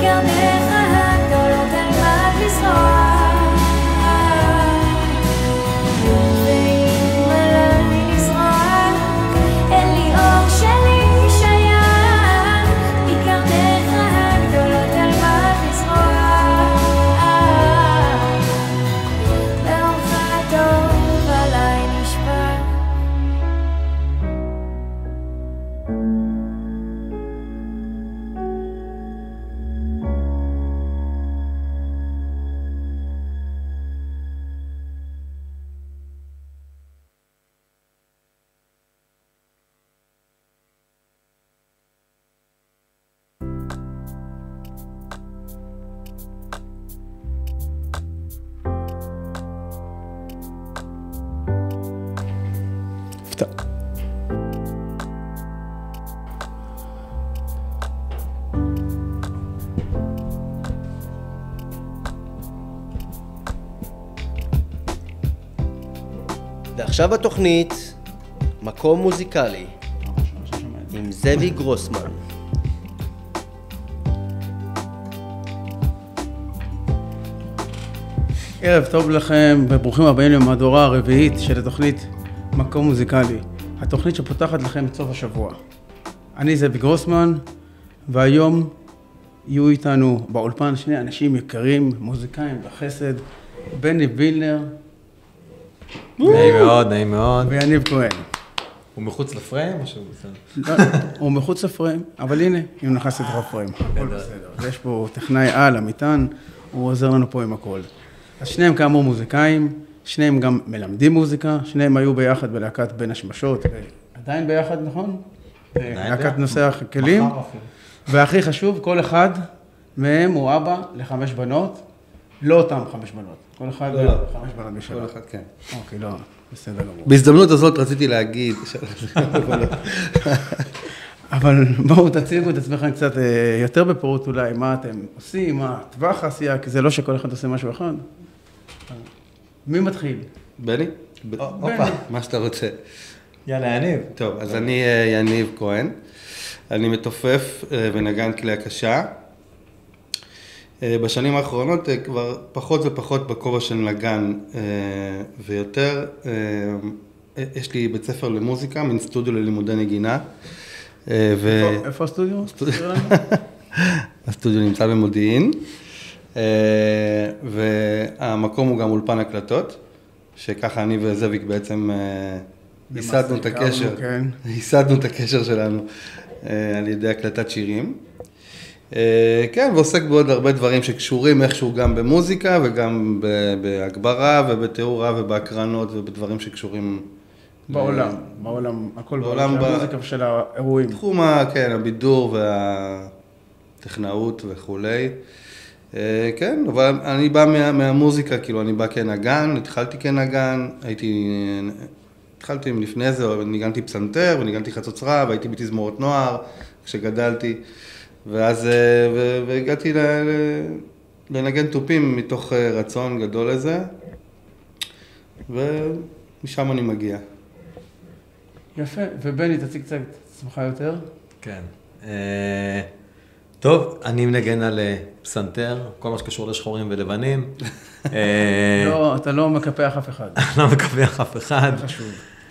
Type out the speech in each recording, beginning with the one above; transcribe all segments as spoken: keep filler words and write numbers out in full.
בקרניך הגדולות אלמד לזרוע. ואם עלה לי לזרוע, אין לי אור שלי שייך, בקרניך הגדולות אלמד לזרוע. לאורך הטוב עליי נשפע. ועכשיו התוכנית, מקום מוזיקלי, עם זאביק גרוסמן. ערב טוב לכם וברוכים הבאים למהדורה הרביעית של התוכנית מקום מוזיקלי, התוכנית שפותחת לכם את סוף השבוע. אני זאביק גרוסמן, והיום יהיו איתנו באולפן שני אנשים יקרים, מוזיקאים בחסד, בני וילנר. נעים מאוד, נעים מאוד. ויניב כהן. הוא מחוץ לפריים או שהוא בסדר? לא, הוא מחוץ לפריים, אבל הנה, אם נכנס לתוך הפריים, הכל בסדר. יש פה טכנאי על, אמיתן, הוא עוזר לנו פה עם הכל. אז שניהם כאמור מוזיקאים, שניהם גם מלמדים מוזיקה, שניהם היו ביחד בלהקת בין השמשות, עדיין ביחד, נכון? להקת נושא הכלים. והכי חשוב, כל אחד מהם הוא אבא לחמש בנות, לא אותם חמש בנות. כל אחד לא, לא. חמש בנות בשביל. כל אחד, כן. אוקיי, לא, בסדר גמור. בהזדמנות הזאת רציתי להגיד, אבל בואו תציגו את עצמכם קצת יותר בפירוט אולי, מה אתם עושים, מה טווח העשייה, כי זה לא שכל אחד עושה משהו אחד. מי מתחיל? בני? הופה, מה שאתה רוצה. יאללה, יניב. טוב, אז אני יניב כהן, אני מתופף ונגן כלי הקשה. בשנים האחרונות כבר פחות ופחות בכובע של נגן ויותר, יש לי בית ספר למוזיקה, מין סטודיו ללימודי נגינה. איפה הסטודיו? הסטודיו נמצא במודיעין, והמקום הוא גם אולפן הקלטות, שככה אני וזאביק בעצם ייסדנו את הקשר, ייסדנו את הקשר שלנו על ידי הקלטת שירים. כן, ועוסק בעוד הרבה דברים שקשורים איכשהו גם במוזיקה וגם בהגברה ובתיאורה ובהקרנות ובדברים שקשורים בעולם, בעולם, הכל בעולם, במוזיקה ושל האירועים. תחום, כן, הבידור והטכנאות וכולי. כן, אבל אני בא מה, מהמוזיקה, כאילו אני בא כנגן, התחלתי כנגן, הייתי, התחלתי לפני זה, ניגנתי פסנתר וניגנתי חצוצרה והייתי בתזמורת נוער כשגדלתי. ואז, והגעתי לנגן טופים מתוך רצון גדול לזה, ומשם אני מגיע. יפה, ובני, תציג קצת עצמך יותר. כן. טוב, אני מנגן על פסנתר, כל מה שקשור לשחורים ולבנים. לא, אתה לא מקפח אף אחד. לא מקפח אף אחד. זה חשוב.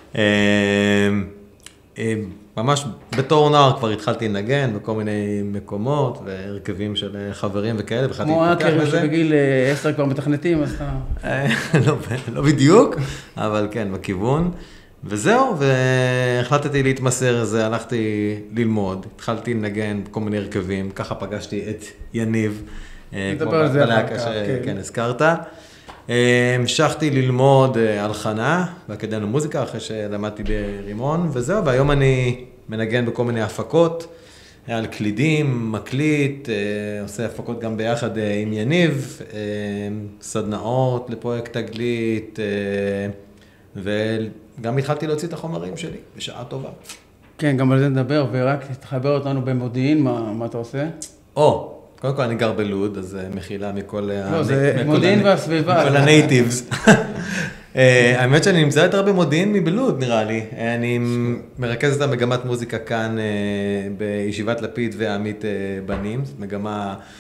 ממש בתור נער כבר התחלתי לנגן בכל מיני מקומות והרכבים של חברים וכאלה. כמו האקרים שבגיל עשר כבר מתכנתים, אז אתה... לא בדיוק, אבל כן, בכיוון. וזהו, והחלטתי להתמסר לזה, הלכתי ללמוד, התחלתי לנגן בכל מיני הרכבים, ככה פגשתי את יניב. נדבר על זה אחר כך. כן, הזכרת. המשכתי ללמוד הלחנה באקדמיה למוזיקה אחרי שלמדתי ברימון, וזהו, והיום אני מנגן בכל מיני הפקות, על קלידים, מקליט, עושה הפקות גם ביחד עם יניב, סדנאות לפרויקט תגלית, וגם התחלתי להוציא את החומרים שלי, בשעה טובה. כן, גם על זה נדבר, ורק תחבר אותנו במודיעין, מה, מה אתה עושה? או, קודם כל אני גר בלוד, אז מחילה מכל... לא, זה מודיעין והסביבה. מכל הנייטיבס. האמת שאני נמצא יותר במודיעין מבלוד, נראה לי. אני מרכז את המגמת מוזיקה כאן בישיבת לפיד ועמית בנים, זאת מגמה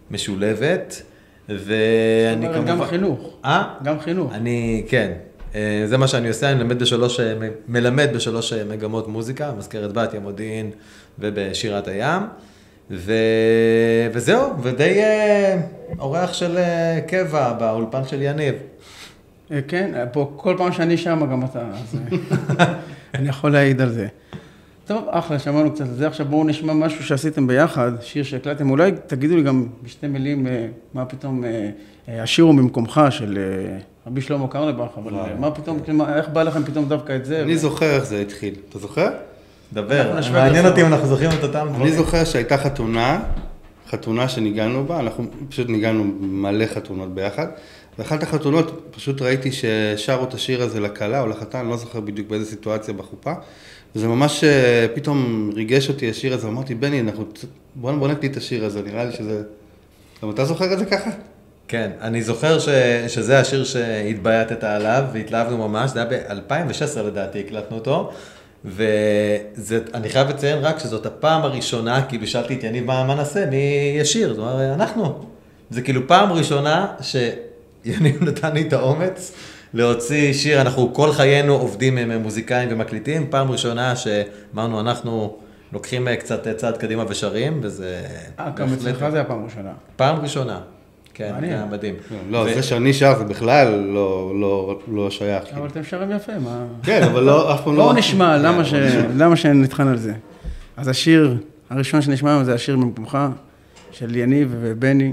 משולבת, ואני כמובן... גם חינוך. אה? גם חינוך. אני, כן. זה מה שאני עושה, אני מלמד בשלוש, מלמד בשלוש מגמות מוזיקה, מזכרת בתיה, מודיעין ובשירת הים. ו... וזהו, ודי אורח של קבע באולפן של יניב. כן, פה כל פעם שאני שם גם אתה, אז אני יכול להעיד על זה. טוב, אחלה, שמענו קצת על זה, עכשיו בואו נשמע משהו שעשיתם ביחד, שיר שהקלטתם, אולי תגידו לי גם בשתי מילים מה פתאום, השיר הוא ממקומך של רבי שלמה קרליבך, אבל מה פתאום, איך בא לכם פתאום דווקא את זה? אני זוכר איך זה התחיל, אתה זוכר? דבר, מעניין אותי אם אנחנו זוכרים את אותם דברים. אני זוכר שהייתה חתונה, חתונה שניגענו בה, אנחנו פשוט ניגענו מלא חתונות ביחד, ואחת החתונות פשוט ראיתי ששרו את השיר הזה לקלה או לחתן, אני לא זוכר בדיוק באיזה סיטואציה בחופה, וזה ממש פתאום ריגש אותי השיר הזה, אמרתי, בני, אנחנו, בוא, בוא נקליט את השיר הזה, נראה לי שזה... גם אתה זוכר את זה ככה? כן, אני זוכר ש, שזה השיר שהתבייתת עליו, והתלהבנו ממש, זה היה ב-אלפיים ושש עשרה לדעתי, הקלטנו אותו, ואני חייב לציין רק שזאת הפעם הראשונה, כאילו שאלתי את יניב מה, מה נעשה, מי ישיר, זאת אומרת, אנחנו. זה כאילו פעם ראשונה שיניב נתן לי את האומץ להוציא שיר, אנחנו כל חיינו עובדים עם מוזיקאים ומקליטים, פעם ראשונה שאמרנו אנחנו לוקחים קצת צעד קדימה ושרים, וזה... אה, גם אצלך זה הפעם ראשונה. פעם ראשונה. כן, זה היה מדהים. לא, זה שאני שר זה בכלל לא שייך. אבל אתם שרים יפה, מה... כן, אבל לא, אף פעם לא... בואו נשמע, למה שנתחן על זה. אז השיר הראשון שנשמע היום זה השיר ממקומך, של יניב ובני.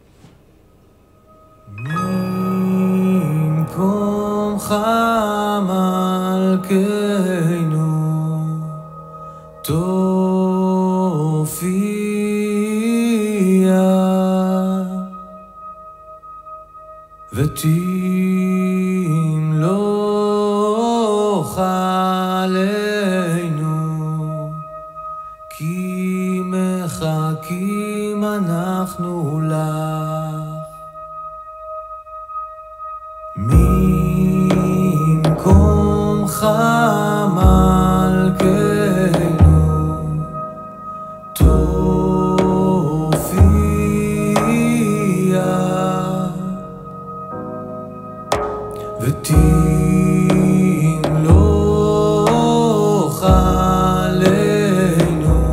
ממקומך מלכנו, תופיע. ותמלוך עלינו, כי מחכים אנחנו לך. ממקומך מלכנו, תופיע. ותמלוך עלינו,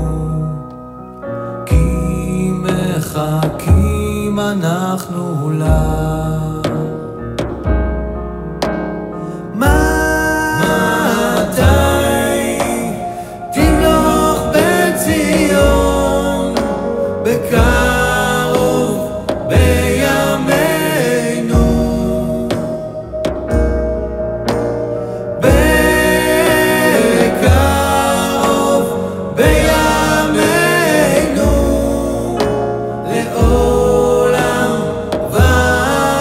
כי מחכים אנחנו לך. מתי תמלוך בציון, בקרוב בימינו, בקרוב בימינו, לעולם ועד.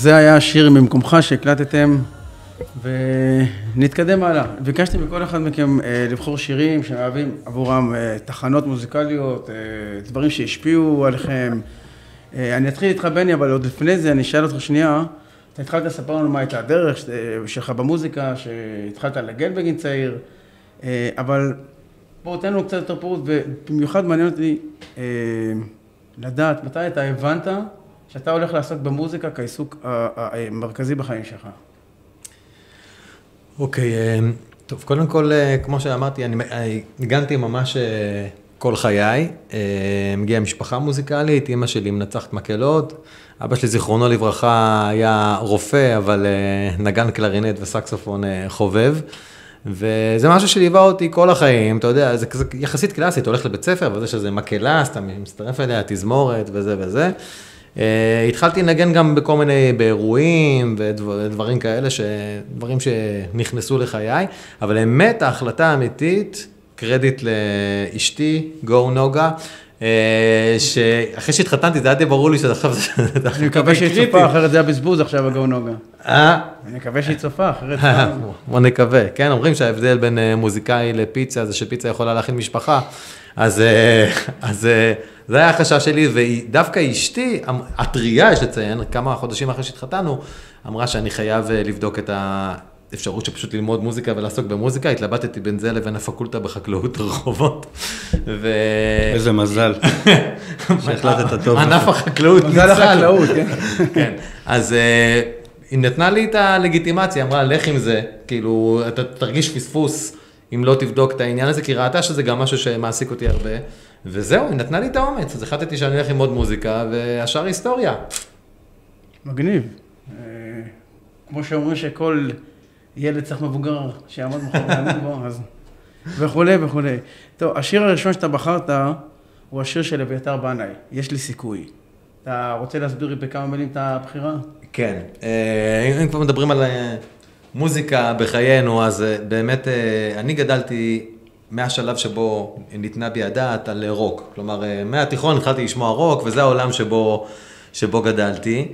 זה היה השיר ממקומך שהקלטתם, ונתקדם הלאה. ביקשתי מכל אחד מכם לבחור שירים שמהווים עבורם תחנות מוזיקליות, דברים שהשפיעו עליכם. אני אתחיל איתך בני, אבל עוד לפני זה אני אשאל אותך שנייה, אתה התחלת לספר לנו מה הייתה הדרך שלך במוזיקה, שהתחלת לנגן בגיל צעיר, אבל בואו תן לנו קצת יותר פירוט, ובמיוחד מעניין אותי לדעת מתי אתה הבנת שאתה הולך לעסוק במוזיקה כעיסוק המרכזי בחיים שלך. אוקיי, טוב, קודם כל, כמו שאמרתי, אני ניגנתי ממש כל חיי, מגיע משפחה מוזיקלית, אמא שלי מנצחת מקהלות, אבא שלי זיכרונו לברכה היה רופא, אבל נגן קלרינט וסקסופון חובב, וזה משהו שליווה אותי כל החיים, אתה יודע, זה יחסית קלאסי, אתה הולך לבית ספר, וזה שזה מקהלה, אז אתה מצטרף אליה, תזמורת וזה וזה. התחלתי לנגן גם בכל מיני, באירועים ודברים כאלה, דברים שנכנסו לחיי, אבל באמת ההחלטה האמיתית, קרדיט לאשתי, גו נוגה, שאחרי שהתחתנתי, זה היה די ברור לי שזה עכשיו... אני מקווה שהיא צופה, אחרת זה היה בזבוז עכשיו, הגו נוגה. אה? אני מקווה שהיא צופה, אחרת... בוא נקווה, כן, אומרים שההבדל בין מוזיקאי לפיצה, זה שפיצה יכולה להכין משפחה, אז זה היה החשש שלי, ודווקא אשתי, הטריה, יש לציין, כמה חודשים אחרי שהתחתנו, אמרה שאני חייב לבדוק את ה... אפשרות שפשוט ללמוד מוזיקה ולעסוק במוזיקה, התלבטתי בין זה לבין הפקולטה בחקלאות רחובות. ו... איזה מזל. שהחלטת טוב. ענף החקלאות ניצל. מזל החקלאות, כן. כן. אז היא נתנה לי את הלגיטימציה, אמרה, לך עם זה, כאילו, אתה תרגיש פספוס אם לא תבדוק את העניין הזה, כי ראתה שזה גם משהו שמעסיק אותי הרבה, וזהו, היא נתנה לי את האומץ, אז החלטתי שאני הולך ללמוד מוזיקה, והשאר היסטוריה. מגניב. כמו שאומרים שכל... ילד צריך מבוגר שיעמוד מחר ועמוד בו, אז... וכולי וכולי. טוב, השיר הראשון שאתה בחרת הוא השיר של אביתר בנאי, יש לי סיכוי. אתה רוצה להסביר לי בכמה מילים את הבחירה? כן, אם כבר מדברים על מוזיקה בחיינו, אז באמת אני גדלתי מהשלב שבו ניתנה בי הדעת על רוק. כלומר, מהתיכון התחלתי לשמוע רוק, וזה העולם שבו, שבו גדלתי.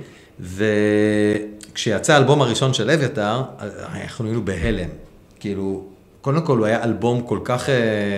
וכשיצא האלבום הראשון של אביתר, אנחנו היינו בהלם. כאילו, קודם כל הוא היה אלבום כל כך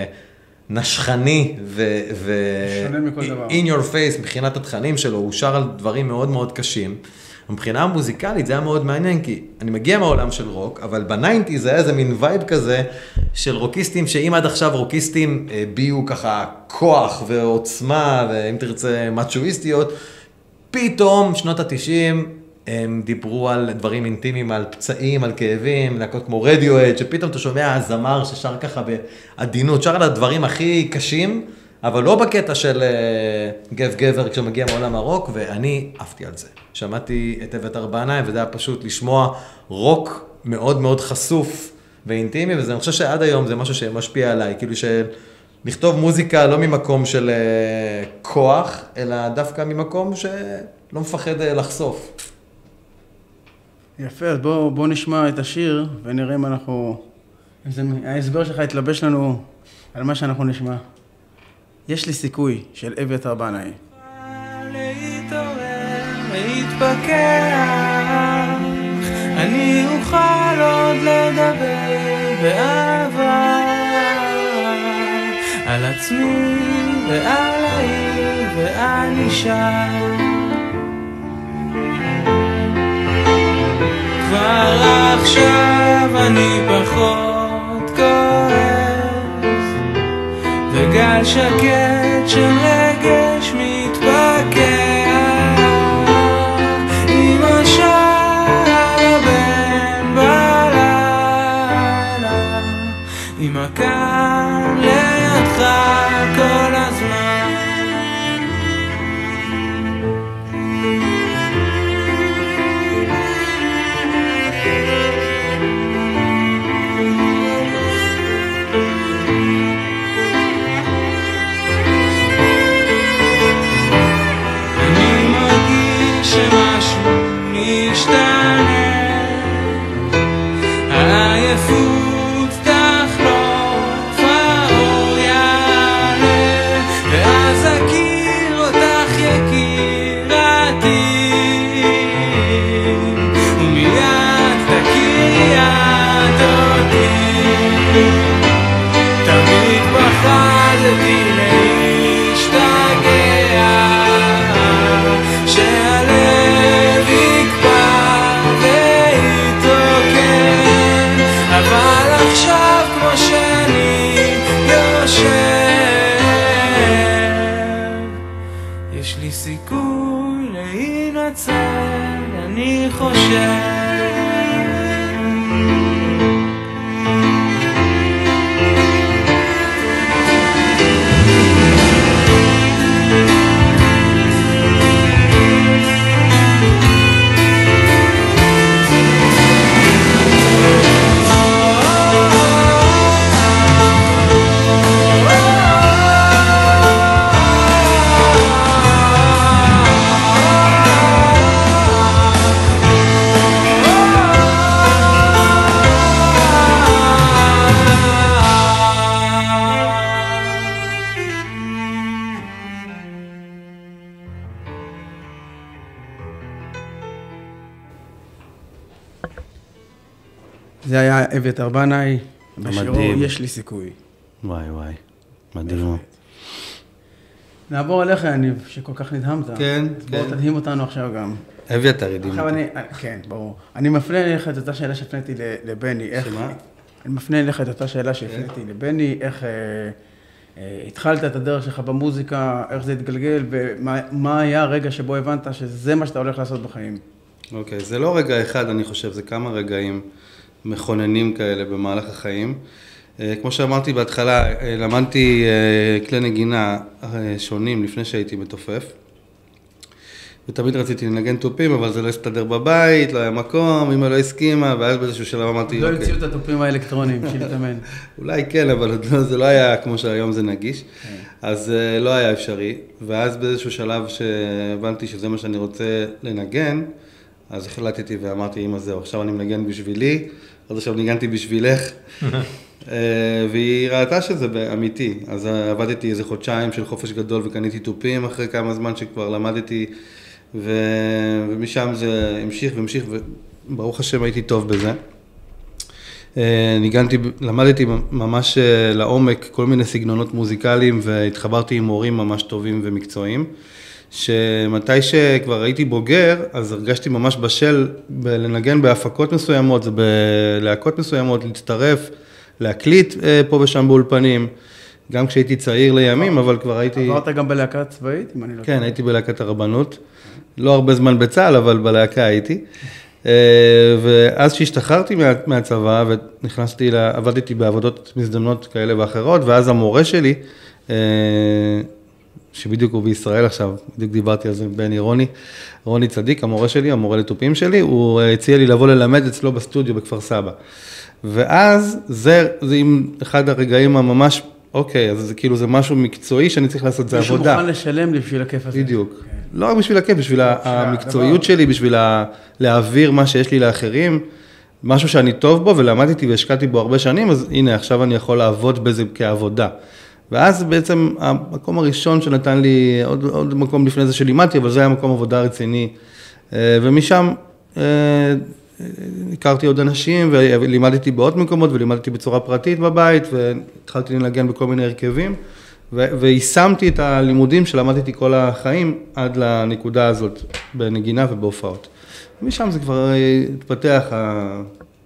נשכני ו... שונה מכל דבר. in your face, מבחינת התכנים שלו, הוא שר על דברים מאוד מאוד קשים. מבחינה המוזיקלית זה היה מאוד מעניין, כי אני מגיע מהעולם של רוק, אבל בניינטי זה היה איזה מין וייב כזה של רוקיסטים, שאם עד עכשיו רוקיסטים ביאו ככה כוח ועוצמה, ואם תרצה מצ'ואיסטיות, פתאום, שנות ה-תשעים, הם דיברו על דברים אינטימיים, על פצעים, על כאבים, להקות כמו רדיואד, שפתאום אתה שומע זמר ששר ככה בעדינות, שר על הדברים הכי קשים, אבל לא בקטע של גב גבר כשמגיע מעולם הרוק, ואני עפתי על זה. שמעתי את אביתר בנאי, וזה היה פשוט לשמוע רוק מאוד מאוד חשוף ואינטימי, וזה, אני חושב שעד היום זה משהו שמשפיע עליי, כאילו של... לכתוב מוזיקה לא ממקום של כוח, אלא דווקא ממקום שלא מפחד לחשוף. יפה, אז בוא, בוא נשמע את השיר ונראה אם אנחנו... אם זה, ההסבר שלך יתלבש לנו על מה שאנחנו נשמע. יש לי סיכוי של אביתר בנאי. להתעורר, להתפכח, אני אוכל עוד לדבר באהבה. על עצמי ועל העיר ועל אישה. כבר עכשיו אני פחות כועס, וגל שקט של רגש מתפקע עם השער בין בלילה, עם הקל לידך כל הזמן. אני מרגיש שמשהו משתנה, העייפות תחלוף סיכוי להינצל, אני חושב. זה היה אביתר בנאי, בשירו מדהים. יש לי סיכוי. וואי וואי, מדהים. נעבור אליך, יניב, שכל כך נדהמת. כן, אז בואו כן. תדהים אותנו עכשיו גם. אביתר ידעים. עכשיו אני, כן, ברור. אני מפנה אליך את אותה שאלה שהפניתי ל- לבני. איך- שמה? אני מפנה אליך את אותה שאלה שהפניתי לבני, איך אה, אה, התחלת את הדרך שלך במוזיקה, איך זה התגלגל, ומה מה היה הרגע שבו הבנת שזה מה שאתה הולך לעשות בחיים. אוקיי, זה לא רגע אחד, אני חושב, זה כמה רגעים מכוננים כאלה במהלך החיים. אה, כמו שאמרתי בהתחלה, אה, למדתי אה, כלי נגינה אה, שונים לפני שהייתי מתופף. ותמיד רציתי לנגן תופים, אבל זה לא הסתדר בבית, לא היה מקום, אמא לא הסכימה, ואז באיזשהו שלב אמרתי, לא אוקיי. המציאו את התופים האלקטרוניים בשביל להתאמן. אולי כן, אבל עוד לא- זה לא היה כמו שהיום זה נגיש, אז אה, לא היה אפשרי. ואז באיזשהו שלב שהבנתי שזה מה שאני רוצה לנגן, אז החלטתי ואמרתי, אמא זהו, עכשיו אני מנגן בשבילי, אז עכשיו ניגנתי בשבילך, אה, והיא ראתה שזה אמיתי. אז עבדתי איזה חודשיים של חופש גדול וקניתי תופים אחרי כמה זמן שכבר למדתי, ו- ומשם זה המשיך והמשיך, וברוך השם הייתי טוב בזה. אה, ניגנתי, למדתי ממש אה, לעומק כל מיני סגנונות מוזיקליים והתחברתי עם מורים ממש טובים ומקצועיים, שמתי שכבר הייתי בוגר, אז הרגשתי ממש בשל ב- לנגן בהפקות מסוימות, בלהקות מסוימות, להצטרף, להקליט אה, פה ושם באולפנים, גם כשהייתי צעיר לימים, אבל כבר הייתי... עברת גם בלהקה צבאית, אם אני לא כן, הייתי בלהקת הרבנות, לא הרבה זמן בצה"ל, אבל בלהקה הייתי. אה, ואז שהשתחררתי מה- מהצבא ונכנסתי, לה- עבדתי בעבודות מזדמנות כאלה ואחרות, ואז המורה שלי, אה, שבדיוק הוא בישראל עכשיו, בדיוק דיברתי על זה עם בני רוני, רוני צדיק, המורה שלי, המורה לתופים שלי, הוא הציע לי לבוא ללמד אצלו בסטודיו בכפר סבא. ואז זה, זה עם אחד הרגעים הממש, אוקיי, אז זה כאילו זה משהו מקצועי שאני צריך לעשות, זה מישהו עבודה. מוכן לשלם לי בשביל הכיף הזה. בדיוק. לא רק בשביל הכיף, בשביל המקצועיות הדבר. שלי, בשביל ה- להעביר מה שיש לי לאחרים, משהו שאני טוב בו ולמדתי והשקעתי בו הרבה שנים, אז הנה, עכשיו אני יכול לעבוד בזה כעבודה. ואז בעצם המקום הראשון שנתן לי, עוד, עוד מקום לפני זה שלימדתי, אבל זה היה מקום עבודה רציני. אה, ומשם אה, הכרתי עוד אנשים ולימדתי בעוד מקומות ולימדתי בצורה פרטית בבית והתחלתי לנגן בכל מיני הרכבים ו- ויישמתי את הלימודים שלמדתי כל החיים עד לנקודה הזאת בנגינה ובהופעות. ומשם זה כבר התפתח ה-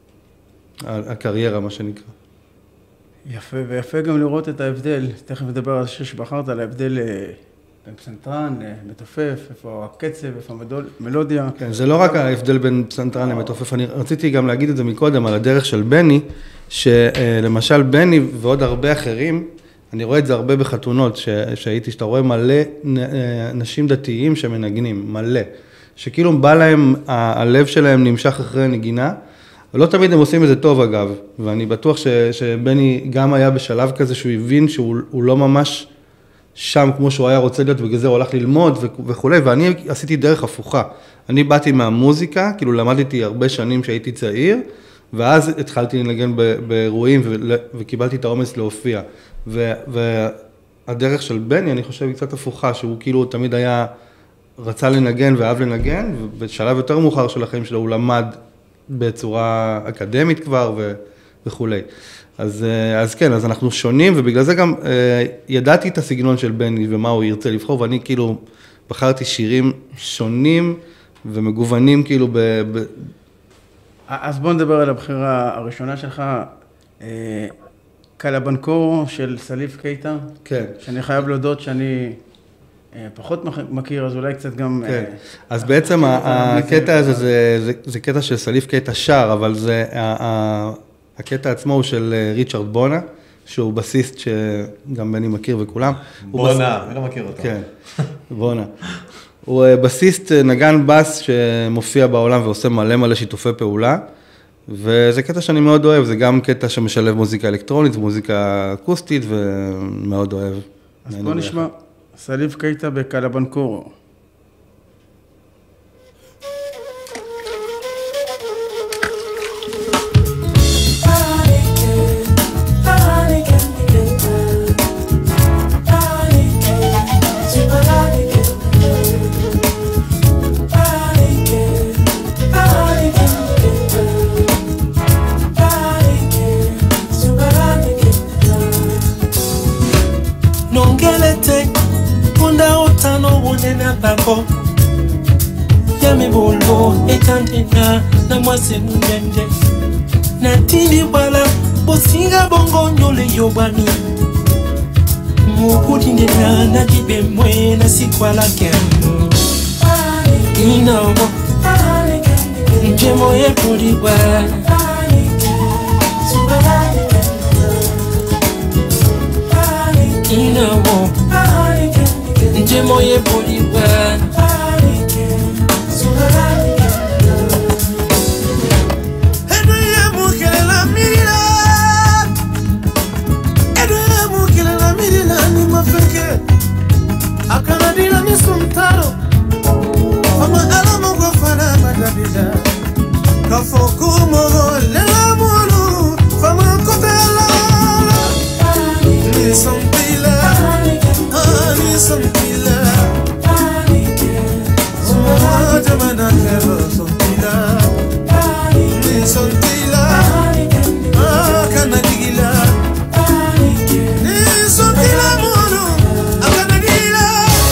הקריירה, מה שנקרא. יפה, ויפה גם לראות את ההבדל, תכף נדבר על השיר שבחרת, על ההבדל אה, בין פסנתרן, אה, מתופף, איפה הקצב, איפה המלודיה. כן, זה לא רק ההבדל בין פסנתרן למתופף, אני רציתי גם להגיד את זה מקודם, על הדרך של בני, שלמשל בני ועוד הרבה אחרים, אני רואה את זה הרבה בחתונות, ש- שהייתי, שאתה רואה מלא נ- נשים דתיים שמנגנים, מלא, שכאילו בא להם, ה- הלב שלהם נמשך אחרי נגינה, ולא תמיד הם עושים את זה טוב אגב, ואני בטוח ש, שבני גם היה בשלב כזה שהוא הבין שהוא הוא לא ממש שם כמו שהוא היה רוצה להיות, בגלל זה הוא הלך ללמוד וכו', ואני עשיתי דרך הפוכה. אני באתי מהמוזיקה, כאילו למדתי הרבה שנים שהייתי צעיר, ואז התחלתי לנגן ב- באירועים ו- וקיבלתי את האומץ להופיע. ו- והדרך של בני, אני חושב, היא קצת הפוכה, שהוא כאילו תמיד היה, רצה לנגן ואהב לנגן, ובשלב יותר מאוחר של החיים שלו הוא למד בצורה אקדמית כבר ו- וכולי. אז, אז כן, אז אנחנו שונים, ובגלל זה גם ידעתי את הסגנון של בני ומה הוא ירצה לבחור, ואני כאילו בחרתי שירים שונים ומגוונים כאילו ב... ב... אז בוא נדבר על הבחירה הראשונה שלך, אה, קלבנקו של סליף קייטה, כן. שאני חייב להודות שאני פחות מכיר, אז אולי קצת גם... כן, אז בעצם הקטע הזה זה קטע של סליף קטע שר, אבל הקטע עצמו הוא של ריצ'רד בונה, שהוא בסיסט שגם בני מכיר וכולם. בונה, אני לא מכיר אותו. כן, בונה. הוא בסיסט נגן בס שמופיע בעולם ועושה מלא מלא שיתופי פעולה, וזה קטע שאני מאוד אוהב, זה גם קטע שמשלב מוזיקה אלקטרונית ומוזיקה אקוסטית, ומאוד אוהב. אז בוא נשמע, סליף קייטה בקלבנקורו. Bako Yami bolo etantena na mwase munende Na tindi wala bosinga bongo nyole yobani Mukudi ndena na jibe mwe na sikwala kemu Inawo Njemo ye puliwa Inawo Njemo ye poliwa Edo ye mukele la mirila Edo ye mukele la mirila ni mafeke Akana dila ni sumtaro Fama alamo kwa fana madabila Kafoku mogo lela mulu Fama kote ala Ni sumpila Ni sumpila Jamana kero sontila Ni sontila Akana digila Ni sontila mono Akana digila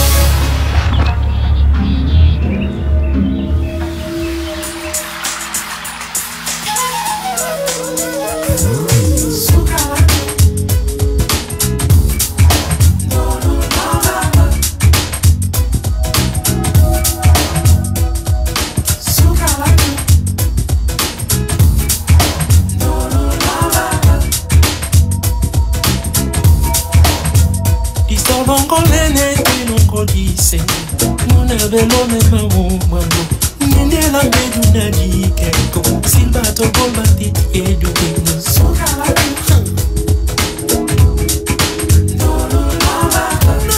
Belo me mawo mano Nyendela medu na dikeko Silbato gombati edu ino Sukala No, no, no, no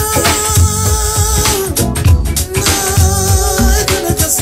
No, I gonna just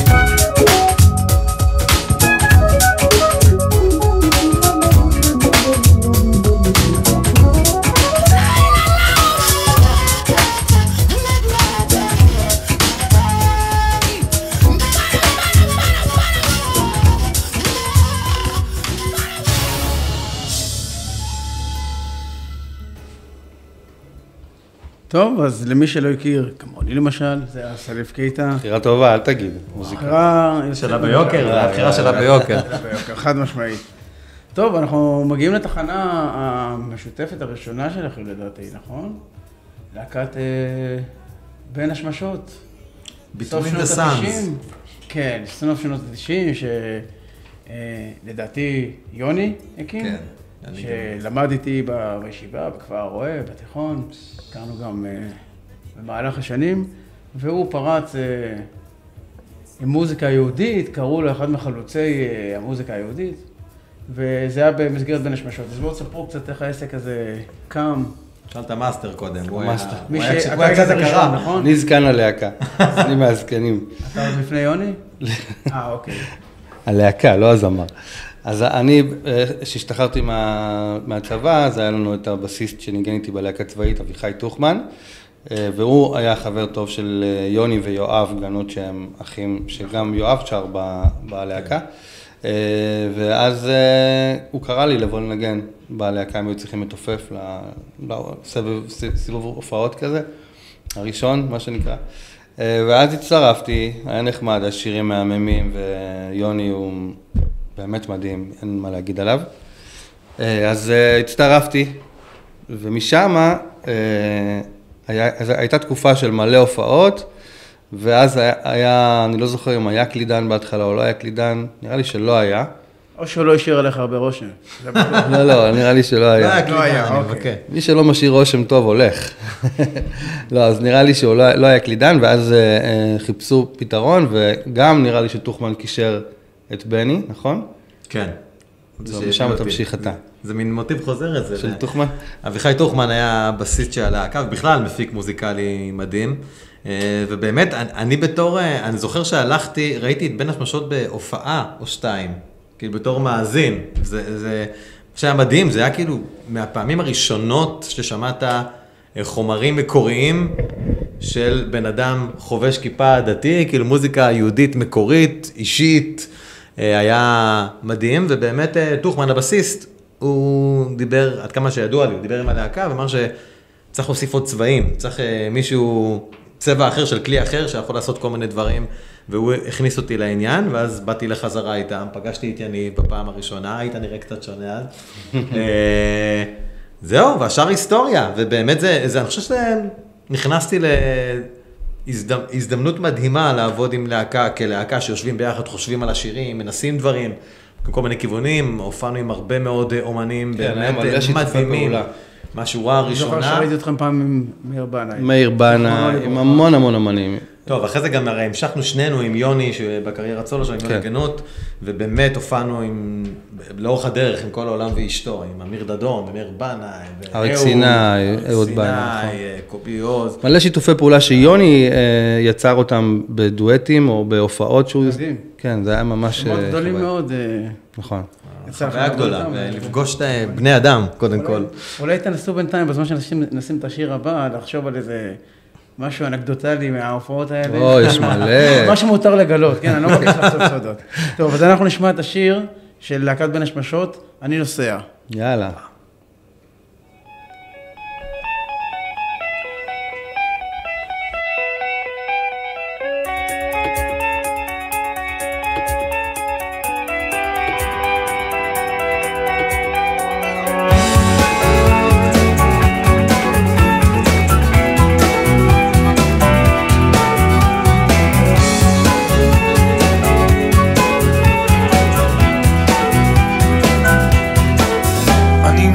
טוב, אז למי שלא הכיר, כמוני למשל, זה הסליף קייטה. בחירה טובה, אל תגיד, מוזיקה. בחירה... שלה ביוקר, הבחירה שלה ביוקר. חד משמעית. טוב, אנחנו מגיעים לתחנה המשותפת הראשונה שלך, לדעתי, נכון? להקת בין השמשות. Between the Suns. כן, סוף שנות ה-תשעים, שלדעתי יוני הקים. כן. שלמד איתי בישיבה, בכפר הרועה, בתיכון, הכרנו גם uh, במהלך השנים, והוא פרץ uh, עם מוזיקה יהודית, קראו לו אחד מחלוצי uh, המוזיקה היהודית, וזה היה במסגרת בין השמשות. אז בואו תספרו קצת איך העסק הזה קם. שאלת מאסטר קודם, הוא מאסטר. היה כשזה קרה, נכון? אני זקן הלהקה, אני מהזקנים. אתה עוד לפני יוני? אה, אוקיי. הלהקה, לא הזמר. אז אני, כשהשתחררתי מה, מהצבא, אז היה לנו את הבסיסט שניגן איתי בלהקה צבאית, אביחי תוכמן, והוא היה חבר טוב של יוני ויואב, גנות שהם אחים, שגם יואב שר בלהקה, ואז הוא קרא לי לבוא לנגן בלהקה, הם היו צריכים לתופף לסיבוב הופעות כזה, הראשון, מה שנקרא. ואז הצטרפתי, היה נחמד, השירים מהממים, ויוני הוא באמת מדהים, אין מה להגיד עליו. אז הצטרפתי, ומשם היה, הייתה תקופה של מלא הופעות, ואז היה, היה, אני לא זוכר אם היה קלידן בהתחלה או לא היה קלידן, נראה לי שלא היה. או שהוא לא השאיר עליך הרבה רושם. לא, לא, נראה לי שלא היה. לא היה, אוקיי. מי שלא משאיר רושם טוב הולך. לא, אז נראה לי שהוא לא, לא היה קלידן, ואז אה, חיפשו פתרון, וגם נראה לי שטוחמן קישר את בני, נכון? כן. ושם תמשיך אתה. זה מין מוטיב חוזר את זה. של טוחמן? אביחי טוחמן היה בסיסט של הלהקה, ובכלל מפיק מוזיקלי מדהים. ובאמת, אני בתור, אני זוכר שהלכתי, ראיתי את בין השמשות בהופעה או שתיים, כאילו בתור מאזין. זה, זה, שהיה מדהים, זה היה כאילו מהפעמים הראשונות ששמעת חומרים מקוריים של בן אדם חובש כיפה דתי, כאילו מוזיקה יהודית מקורית, אישית, היה מדהים, ובאמת טוחמן הבסיסט, הוא דיבר, עד כמה שידוע לי, הוא דיבר עם הלהקה, ואמר שצריך להוסיף עוד צבעים, צריך מישהו, צבע אחר של כלי אחר, שיכול לעשות כל מיני דברים, והוא הכניס אותי לעניין, ואז באתי לחזרה איתם, פגשתי את יניב בפעם הראשונה, היית נראה קצת שונה אז. זהו, והשאר היסטוריה, ובאמת זה, זה אני חושב שנכנסתי להזדמנות מדהימה לעבוד עם להקה, כלהקה שיושבים ביחד, חושבים על השירים, מנסים דברים, כל מיני כיוונים, הופענו עם הרבה מאוד אומנים, באמת מדהימים. מהשורה הראשונה. אני זוכר שראיתי אתכם פעם עם מאיר בנה. מאיר בנה, עם המון המון אמנים. טוב, אחרי זה גם הרי המשכנו שנינו עם יוני, שבקריירת סולו שלו, עם יוני גנות, ובאמת הופענו עם, לאורך הדרך עם כל העולם ואשתו, עם אמיר דדון, ומאיר בנה, אריק סיני, אהוד בנה, קובי עוז. מלא שיתופי פעולה שיוני יצר אותם בדואטים או בהופעות שהוא... מדהים. כן, זה היה ממש... מאוד גדולים מאוד. נכון. חוויה גדולה, ולפגוש את בני אדם, קודם כל. אולי תנסו בינתיים, בזמן שנשים את השיר הבא, לחשוב על איזה משהו אנקדוטלי מההופעות האלה. או, יש מלא. משהו מותר לגלות, כן, אני לא מבקש לעשות סודות. טוב, אז אנחנו נשמע את השיר של להקת בין השמשות, אני נוסע. יאללה. אני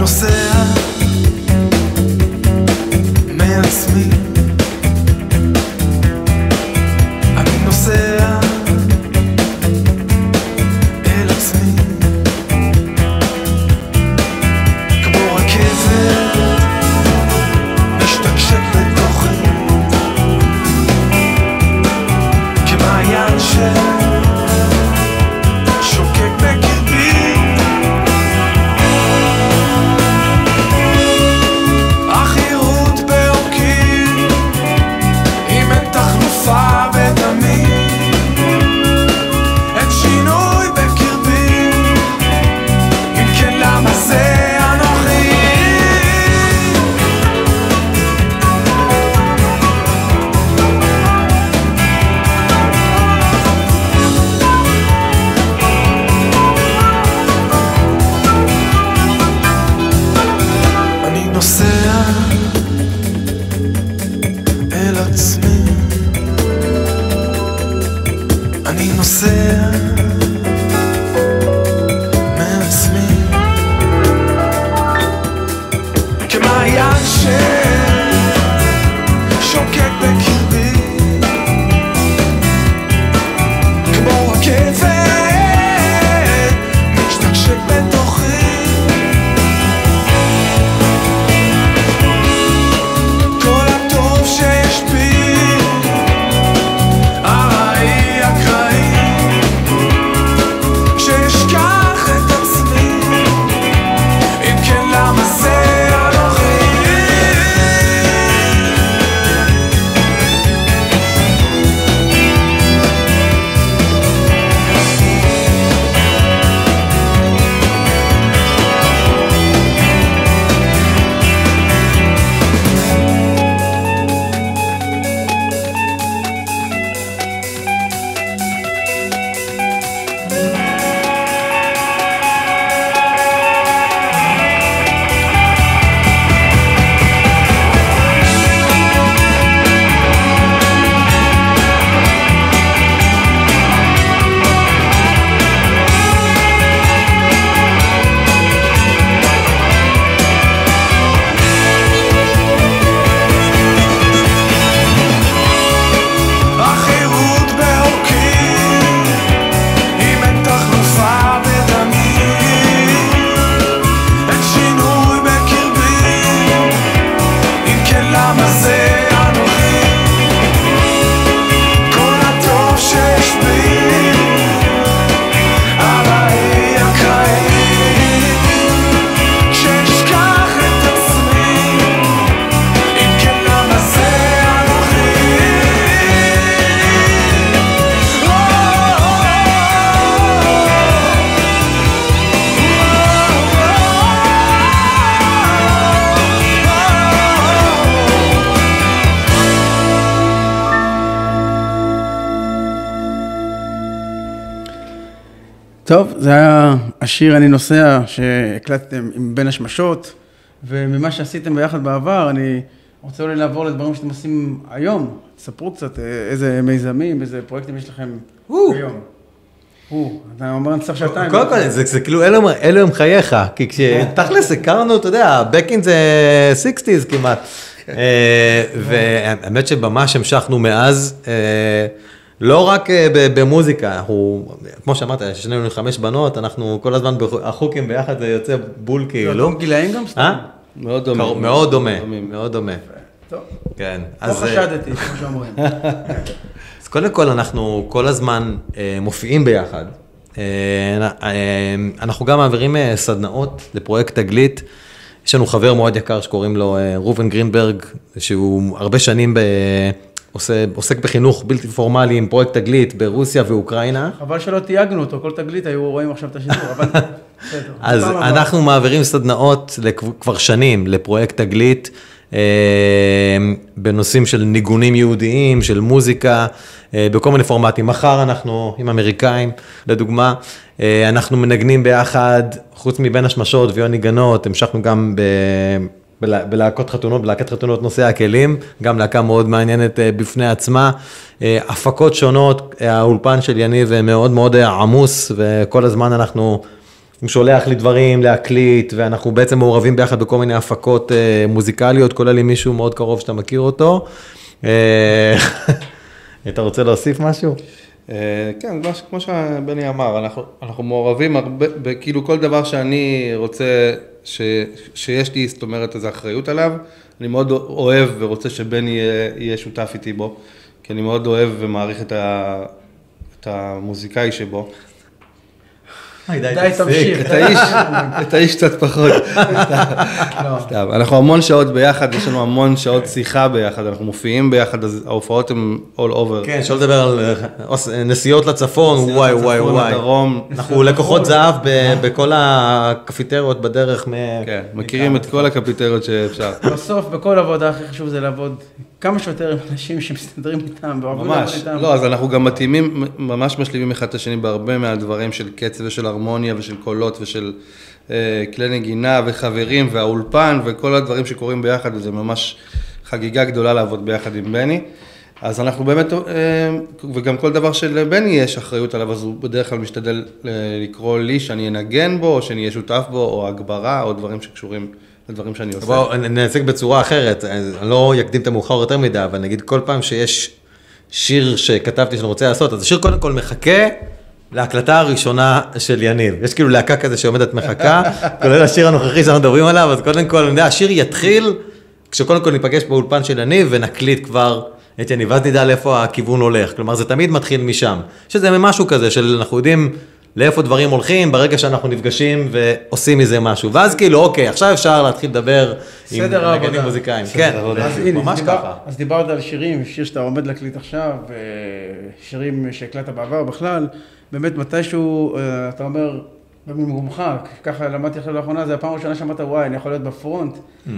טוב, זה היה השיר אני נוסע שהקלטתם עם בין השמשות, וממה שעשיתם ביחד בעבר, אני רוצה אולי לעבור לדברים שאתם עושים היום. תספרו קצת איזה מיזמים, איזה פרויקטים יש לכם היום. אתה אומר, אני צריך שעתיים. קודם כל, זה כאילו אלו הם חייך, כי כשתכלס הכרנו, אתה יודע, back in the sixties כמעט. והאמת שממש המשכנו מאז, לא רק במוזיקה, אנחנו, כמו שאמרת, שנינו חמש בנות, אנחנו כל הזמן החוקים ביחד, זה יוצא בול כאילו. לא גילאים גם סתם? מאוד דומה. מאוד דומה, מאוד דומה. טוב. כן. לא חשדתי, כמו שאומרים. אז קודם כל, אנחנו כל הזמן מופיעים ביחד. אנחנו גם מעבירים סדנאות לפרויקט תגלית. יש לנו חבר מאוד יקר שקוראים לו רובן גרינברג, שהוא הרבה שנים עוסק בחינוך בלתי פורמלי עם פרויקט תגלית ברוסיה ואוקראינה. חבל שלא תייגנו אותו, כל תגלית היו רואים עכשיו את השידור, אבל בסדר. אז אנחנו מעבירים סדנאות כבר שנים לפרויקט תגלית, בנושאים של ניגונים יהודיים, של מוזיקה, בכל מיני פורמטים. מחר אנחנו עם אמריקאים, לדוגמה, אנחנו מנגנים ביחד, חוץ מבין השמשות ויוני גנות, המשכנו גם ב... בלהקות חתונות, בלהקת חתונות נושא הכלים, גם להקה מאוד מעניינת בפני עצמה, הפקות שונות, האולפן של יניב מאוד מאוד עמוס, וכל הזמן אנחנו, הוא שולח לי דברים להקליט, ואנחנו בעצם מעורבים ביחד בכל מיני הפקות מוזיקליות, כולל עם מישהו מאוד קרוב שאתה מכיר אותו. אתה רוצה להוסיף משהו? כן, כמו שבני אמר, אנחנו, אנחנו מעורבים הרבה, כאילו כל דבר שאני רוצה ש, שיש לי, זאת אומרת, איזו אחריות עליו, אני מאוד אוהב ורוצה שבני יהיה, יהיה שותף איתי בו, כי אני מאוד אוהב ומעריך את, ה, את המוזיקאי שבו. די, תמשיך. את האיש, את האיש קצת פחות. אנחנו המון שעות ביחד, יש לנו המון שעות שיחה ביחד, אנחנו מופיעים ביחד, אז ההופעות הן all over. כן, אפשר לדבר על נסיעות לצפון, וואי וואי וואי. אנחנו לקוחות זהב בכל הקפיטריות בדרך. כן, מכירים את כל הקפיטריות שאפשר. בסוף, בכל עבודה הכי חשוב זה לעבוד כמה שיותר עם אנשים שמסתדרים איתם. ממש, לא, אז אנחנו גם מתאימים, ממש משלימים אחד את השני בהרבה מהדברים של קצב ושל הרמוניה ושל קולות ושל אה, כלי נגינה וחברים והאולפן וכל הדברים שקורים ביחד, וזה ממש חגיגה גדולה לעבוד ביחד עם בני. אז אנחנו באמת, אה, וגם כל דבר של בני יש אחריות עליו, אז הוא בדרך כלל משתדל לקרוא לי שאני אנגן בו, או שאני אהיה שותף בו, או הגברה, או דברים שקשורים לדברים שאני עושה. בואו נעסק בצורה אחרת, אני לא יקדים את המאוחר יותר מדי, אבל נגיד כל פעם שיש שיר שכתבתי שאני רוצה לעשות, אז השיר קודם כל מחכה להקלטה הראשונה של יניב. יש כאילו להקה כזה שעומדת מחכה, כולל השיר הנוכחי שאנחנו מדברים עליו, אז קודם כל, אני יודע, השיר יתחיל, כשקודם כל ניפגש באולפן של יניב ונקליט כבר את יניב, ואז נדע לאיפה הכיוון הולך. כלומר, זה תמיד מתחיל משם. שזה משהו כזה של אנחנו יודעים לאיפה דברים הולכים, ברגע שאנחנו נפגשים ועושים מזה משהו. ואז כאילו, אוקיי, עכשיו אפשר להתחיל לדבר עם נגנים מוזיקאים. כן, ממש ככה. אז דיברת על שירים, שיר שאתה עומד להקליט עכשיו, שירים שהקלטת בעבר בכלל, באמת מתישהו, אתה אומר, במקומך, ככה למדתי עכשיו לאחרונה, זה הפעם הראשונה שאמרת, וואי, אני יכול להיות בפרונט.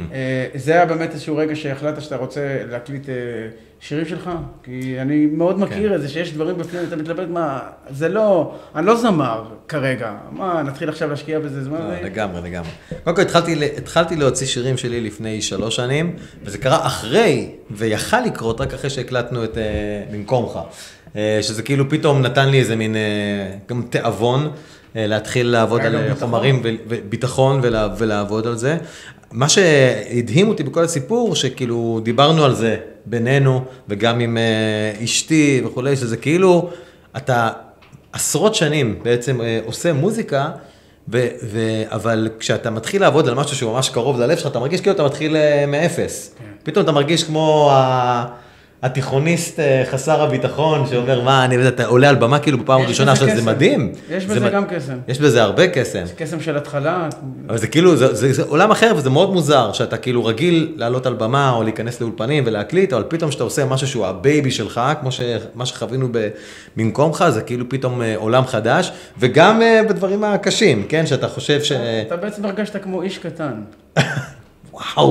זה היה באמת איזשהו רגע שהחלטת שאתה רוצה להקליט שירים שלך? כי אני מאוד מכיר את זה, שיש דברים בפנים, אתה מתלבט מה, זה לא, אני לא זמר כרגע, מה, נתחיל עכשיו להשקיע בזה זמן? לגמרי, לגמרי. קודם כל, התחלתי להוציא שירים שלי לפני שלוש שנים, וזה קרה אחרי, ויכל לקרות רק אחרי שהקלטנו את במקומך. שזה כאילו פתאום נתן לי איזה מין גם תאבון, להתחיל לעבוד על חומרים וביטחון ולעבוד על זה. מה שהדהים אותי בכל הסיפור, שכאילו דיברנו על זה בינינו, וגם עם אשתי וכו', שזה כאילו, אתה עשרות שנים בעצם עושה מוזיקה, ו- ו- אבל כשאתה מתחיל לעבוד על משהו שהוא ממש קרוב ללב שלך, אתה מרגיש כאילו אתה מתחיל מאפס. פתאום אתה מרגיש כמו ה... התיכוניסט חסר הביטחון שאומר, מה, אני יודע, אתה עולה על במה כאילו בפעם הראשונה, שזה מדהים. יש בזה גם קסם. יש בזה הרבה קסם. זה קסם של התחלה. אבל זה כאילו, זה, זה, זה עולם אחר וזה מאוד מוזר, שאתה כאילו רגיל לעלות על במה או להיכנס לאולפנים ולהקליט, אבל פתאום שאתה עושה משהו שהוא הבייבי שלך, כמו שמה שחווינו במקומך, זה כאילו פתאום עולם חדש, וגם בדברים הקשים, כן, שאתה חושב ש... אתה בעצם הרגשת כמו איש קטן. וואו.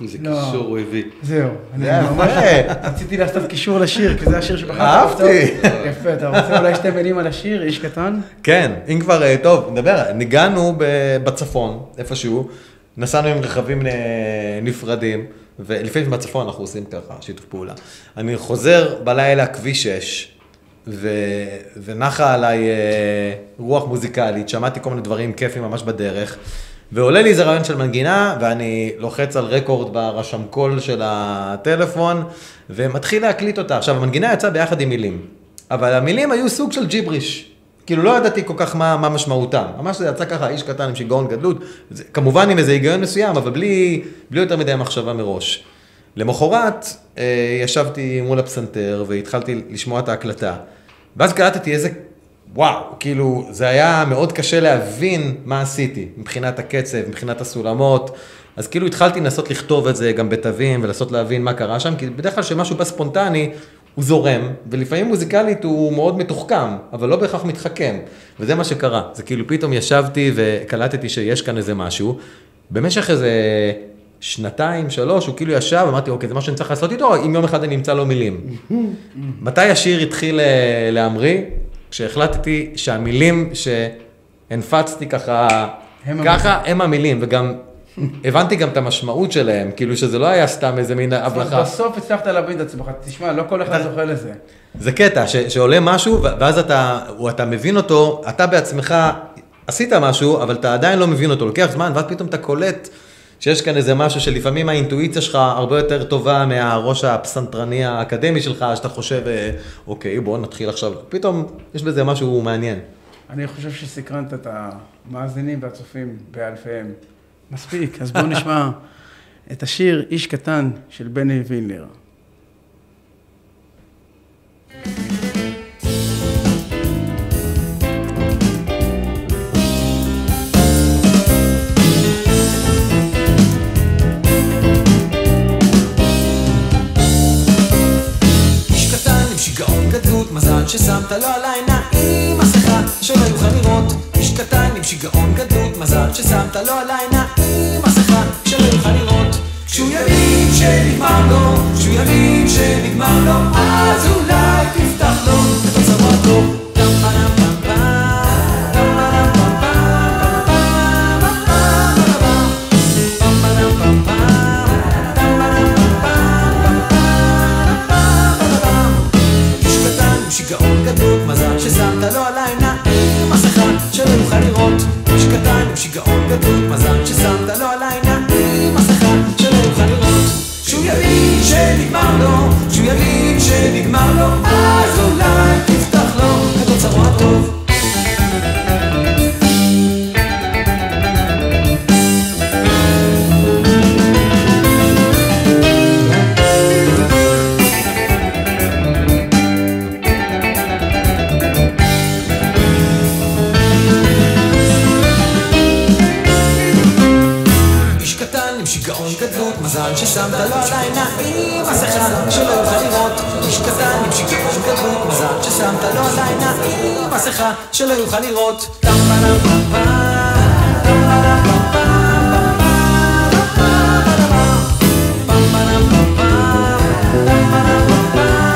איזה לא. קישור הוא הביא. זהו, אני זה ממש יפה. רציתי לעשות קישור לשיר, כי זה השיר שבחרת. אהבתי. יפה, אתה רוצה אולי שתי מילים על השיר, איש קטן? כן, אם כבר, אה, טוב, נדבר, ניגענו ב- בצפון, איפשהו, נסענו עם רכבים אה, נפרדים, ולפעמים בצפון אנחנו עושים ככה, שיתוף פעולה. אני חוזר בלילה כביש שש, ו... ונחה עליי אה, רוח מוזיקלית, שמעתי כל מיני דברים כיפים ממש בדרך, ועולה לי איזה רעיון של מנגינה, ואני לוחץ על רקורד ברשם קול של הטלפון, ומתחיל להקליט אותה. עכשיו, המנגינה יצאה ביחד עם מילים, אבל המילים היו סוג של ג'יבריש. כאילו לא ידעתי כל כך מה, מה משמעותם. ממש זה יצא ככה, איש קטן עם שיגעון גדלות, זה, כמובן עם איזה היגיון מסוים, אבל בלי, בלי יותר מדי מחשבה מראש. למחרת אה, ישבתי מול הפסנתר והתחלתי לשמוע את ההקלטה, ואז קלטתי איזה, וואו, כאילו זה היה מאוד קשה להבין מה עשיתי, מבחינת הקצב, מבחינת הסולמות, אז כאילו התחלתי לנסות לכתוב את זה גם בתווים, ולנסות להבין מה קרה שם, כי בדרך כלל שמשהו בספונטני, הוא זורם, ולפעמים מוזיקלית הוא מאוד מתוחכם, אבל לא בהכרח מתחכם, וזה מה שקרה, זה כאילו פתאום ישבתי וקלטתי שיש כאן איזה משהו, במשך איזה שנתיים, שלוש, הוא כאילו ישב, אמרתי, אוקיי, זה מה שאני צריך לעשות איתו, אם יום אחד אני אמצא לו מילים. מתי השיר התחיל להמריא? כשהחלטתי שהמילים שהנפצתי ככה, ככה הם המילים, וגם הבנתי גם את המשמעות שלהם, כאילו שזה לא היה סתם איזה מין הבלחה. בסוף הצלחת להבין את עצמך, תשמע, לא כל אחד זוכה לזה. זה קטע, ש- שעולה משהו, ואז אתה, אתה מבין אותו, אתה בעצמך עשית משהו, אבל אתה עדיין לא מבין אותו, לוקח זמן, ואז פתאום אתה קולט שיש כאן איזה משהו שלפעמים האינטואיציה שלך הרבה יותר טובה מהראש הפסנתרני האקדמי שלך, שאתה חושב, אוקיי, בוא נתחיל עכשיו, פתאום יש בזה משהו מעניין. אני חושב שסקרנת את המאזינים והצופים באלפיהם. מספיק, אז בואו נשמע את השיר איש קטן של בני וילנר. איש קטן עם שיגעון גדלות, מזל ששמת לו על העיניים מסכה שלא יוכל לראות. איש קטן עם שיגעון גדלות, מזל ששמת לו על העיניים מסכה שלא יוכל לראות. כשהוא יבין שנגמר לו, כשהוא יבין שנגמר לו, אז אולי תפתח לו את אוצרו הטוב. שיגעון גדלות, מזל ששמת לו על העיניים מסכה שלא יוכל לראות. איש קטן עם שיגעון גדלות, מזל ששמת לו על העיניים מסכה שלא יוכל לראות. כשהוא יבין שנגמר לו, כשהוא יבין שנגמר לו, אז אולי תפתח לו את אוצרו הטוב. מזל ששמת לו על העיניים מסכה שלא יוכל לראות. איש קטן עם שיגעון גדלות, מזל ששמת לו על העיניים מסכה שלא יוכל לראות. טם פרם פם פם, טם פרם פם פם, פם פרם פם פם, טם פרם פם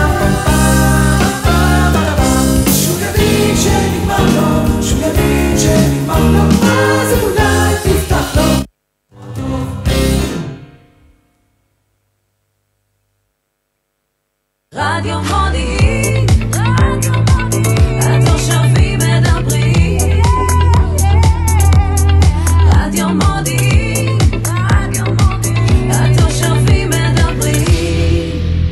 פם. שהוא יבין שנגמר לו, שהוא יבין שנגמר לו, אז אולי תפתח לו. רדיו מודיעין, התושבים מדברים. רדיו מודיעין, התושבים מדברים.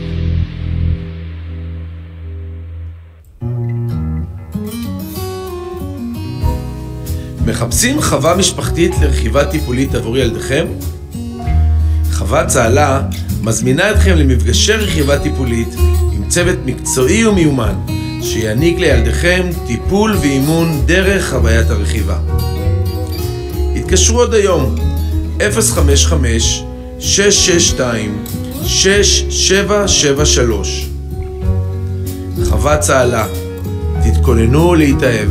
מחפשים חווה משפחתית לרכיבה טיפולית עבור ילדיכם? חוות צהלה מזמינה אתכם למפגשי רכיבה טיפולית עם צוות מקצועי ומיומן שיעניק לילדיכם טיפול ואימון דרך חוויית הרכיבה. התקשרו עוד היום אפס חמש חמש שש שש שתיים שש שבע שבע שלוש. חוות צהלה, תתכוננו להתאהב.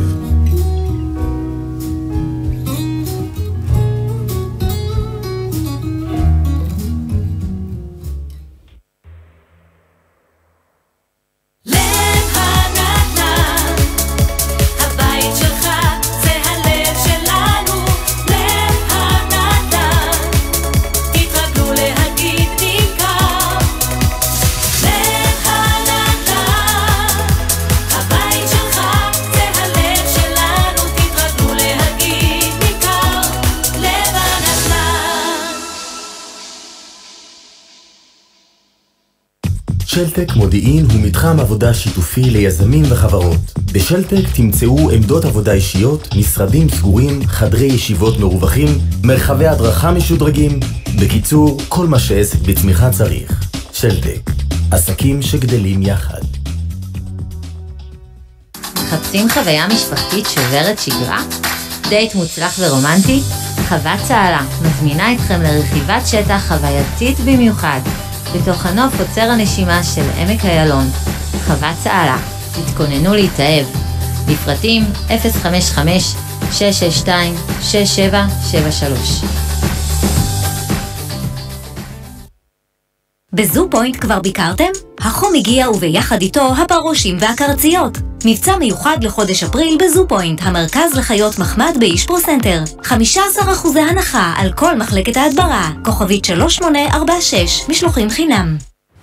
שלטק מודיעין הוא מתחם עבודה שיתופי ליזמים וחברות. בשלטק תמצאו עמדות עבודה אישיות, משרדים סגורים, חדרי ישיבות מרווחים, מרחבי הדרכה משודרגים. בקיצור, כל מה שעסק בצמיחה צריך. שלטק, עסקים שגדלים יחד. מחפשים חוויה משפחתית שוברת שגרה? דייט מוצלח ורומנטי? חוות צהלה מזמינה אתכם לרכיבת שטח חווייתית במיוחד בתוך הנוף עוצר הנשימה של עמק איילון. חוות צהלה, תתכוננו להתאהב. לפרטים אפס חמש חמש שש שש שתיים שש שבע שבע שלוש. בזו פוינט כבר ביקרתם? החום הגיע וביחד איתו הפרושים והקרציות. מבצע מיוחד לחודש אפריל בזו פוינט, המרכז לחיות מחמד באשפוז סנטר. חמישה עשר אחוז הנחה על כל מחלקת ההדברה. כוכבית שלוש שמונה ארבע שש, משלוחים חינם.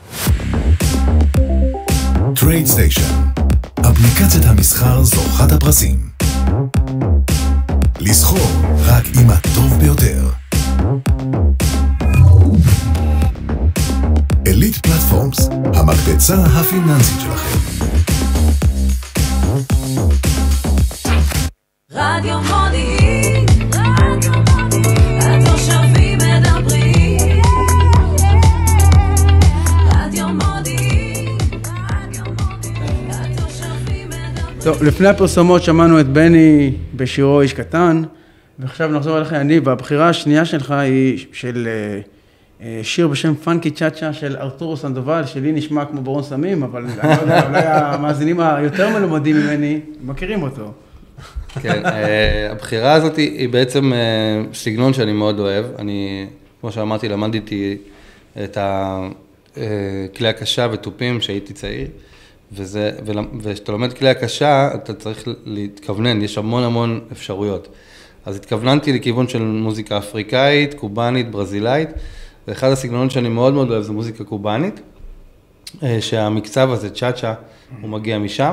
טרייד סטיישן, אפליקציית המסחר זוכת הפרסים. לסחור רק עם הטוב ביותר. אליט פלטפורמס, המקפצה הפיננסית שלכם. רדיו מודיעין, התושבים מדברים. רדיו מודיעין, התושבים מדברים. טוב, לפני הפרסומות שמענו את בני בשירו איש קטן, ועכשיו נחזור אליך אני, והבחירה השנייה שלך היא של שיר בשם פאנקי צ'אצ'ה של ארתורו סנדובל, שלי נשמע כמו ברון סמים, אבל אני לא יודע, אולי המאזינים היותר מלומדים ממני מכירים אותו. כן, הבחירה הזאת היא בעצם סגנון שאני מאוד אוהב. אני, כמו שאמרתי, למדתי את הכלי הקשה וטופים שהייתי צעיר, וזה, וכשאתה לומד כלי הקשה, אתה צריך להתכוונן, יש המון המון אפשרויות. אז התכווננתי לכיוון של מוזיקה אפריקאית, קובנית, ברזילאית, ואחד הסגנונות שאני מאוד מאוד אוהב זה מוזיקה קובנית, שהמקצב הזה, צ'אצ'ה, הוא מגיע משם.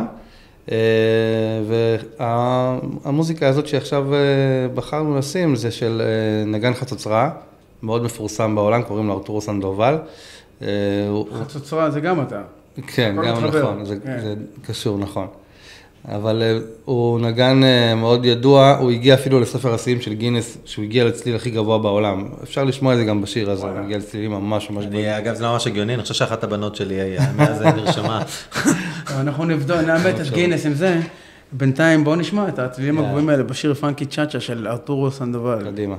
והמוזיקה הזאת שעכשיו בחרנו לשים זה של נגן חצוצרה, מאוד מפורסם בעולם, קוראים לו ארתורו סנדובל. חצוצרה זה גם אתה. כן, גם נכון, זה קשור, נכון. אבל הוא נגן מאוד ידוע, הוא הגיע אפילו לספר השיאים של גינס, שהוא הגיע לצליל הכי גבוה בעולם. אפשר לשמוע את זה גם בשיר הזה, הוא הגיע לצלילים ממש ממש גבוהים. אגב, זה לא ממש הגיוני, אני חושב שאחת הבנות שלי מאז נרשמה. אנחנו נבדוק, נאמת את גינס עם זה. בינתיים בואו נשמע את הצלילים הגבוהים האלה בשיר פאנקי צ'אצ'ה של ארתורו סנדובל. קדימה.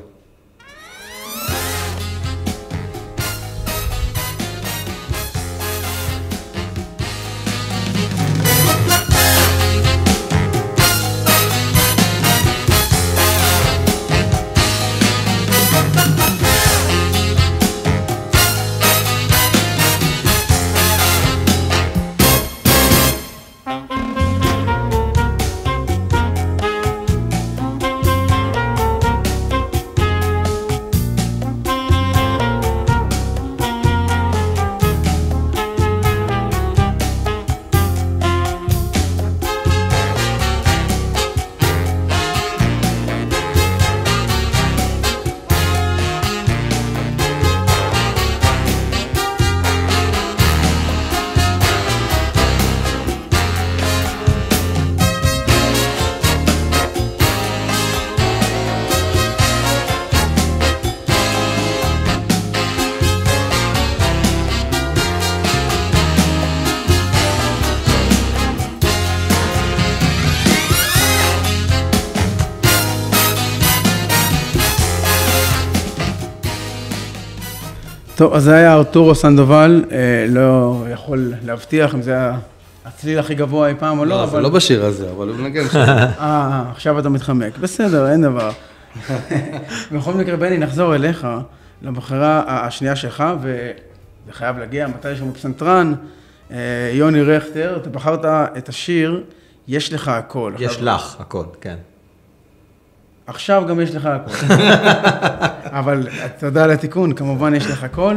טוב, אז זה היה ארתורו סנדובל, לא יכול להבטיח אם זה הצליל הכי גבוה אי פעם או לא, אבל... לא בשיר הזה, אבל הוא מנגן שם. אה, עכשיו אתה מתחמק. בסדר, אין דבר. בכל מקרה, בני, נחזור אליך, לבחירה השנייה שלך, וזה חייב להגיע, מתי יש לנו פסנתרן, יוני רכטר, אתה בחרת את השיר, יש לך הכל. יש לך הכל, כן. עכשיו גם יש לך הכל. אבל תודה על התיקון, כמובן יש לך הכל.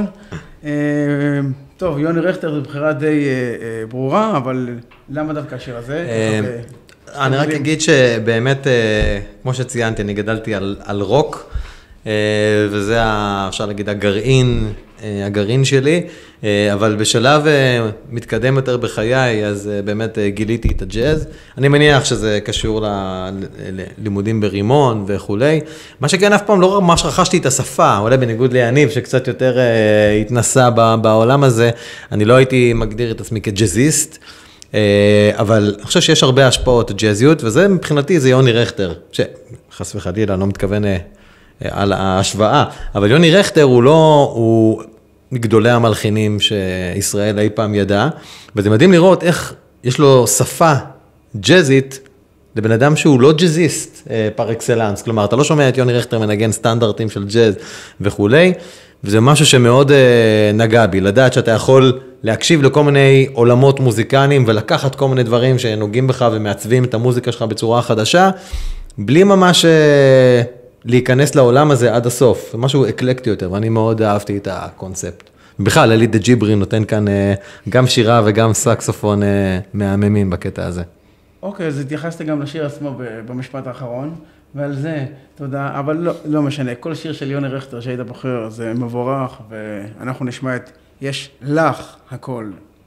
טוב, יוני רכטר זו בחירה די ברורה, אבל למה דווקא השיר הזה? אני רק אגיד שבאמת, כמו שציינתי, אני גדלתי על רוק, וזה, אפשר להגיד, הגרעין הגרעין שלי, אבל בשלב מתקדם יותר בחיי, אז באמת גיליתי את הג'אז. אני מניח שזה קשור ללימודים ברימון וכולי. מה שכן, אף פעם לא ממש רכשתי את השפה, אולי בניגוד ליניב, שקצת יותר התנסה בעולם הזה, אני לא הייתי מגדיר את עצמי כג'אזיסט, אבל אני חושב שיש הרבה השפעות ג'אזיות, וזה מבחינתי זה יוני רכטר, שחס וחלילה, אני לא מתכוון על ההשוואה, אבל יוני רכטר הוא לא, הוא מגדולי המלחינים שישראל אי פעם ידע, וזה מדהים לראות איך יש לו שפה ג'אזית, לבן אדם שהוא לא ג'אזיסט פר אקסלנס, כלומר, אתה לא שומע את יוני רכטר מנגן סטנדרטים של ג'אז וכולי, וזה משהו שמאוד נגע בי, לדעת שאתה יכול להקשיב לכל מיני עולמות מוזיקליים, ולקחת כל מיני דברים שנוגעים בך ומעצבים את המוזיקה שלך בצורה חדשה, בלי ממש להיכנס לעולם הזה עד הסוף, זה משהו אקלקטי יותר, ואני מאוד אהבתי את הקונספט. ובכלל, אלי דה ג'יברי נותן כאן גם שירה וגם סקסופון מהממים בקטע הזה. אוקיי, אז התייחסת גם לשיר עצמו במשפט האחרון, ועל זה תודה, אבל לא, לא משנה, כל שיר של יוני רכטר שהיית בוחר זה מבורך, ואנחנו נשמע את יש לך הכל.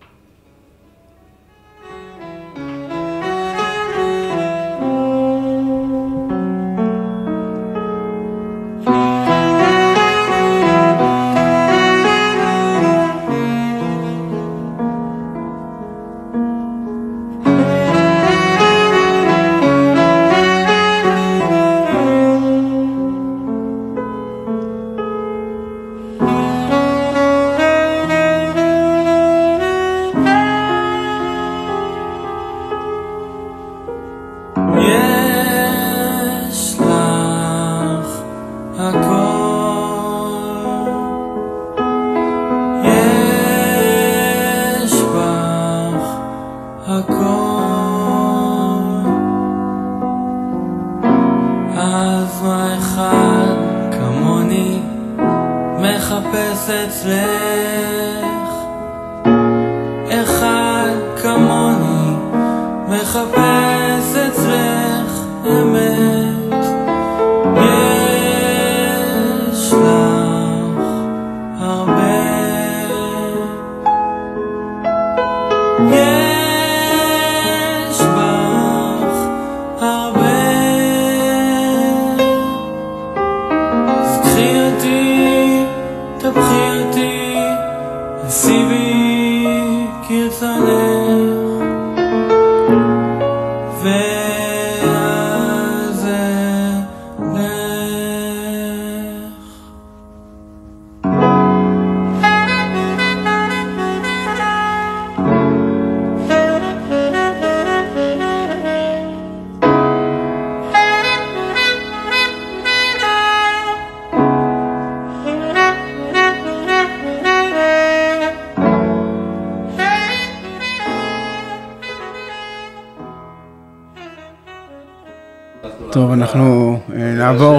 טוב, אנחנו נעבור,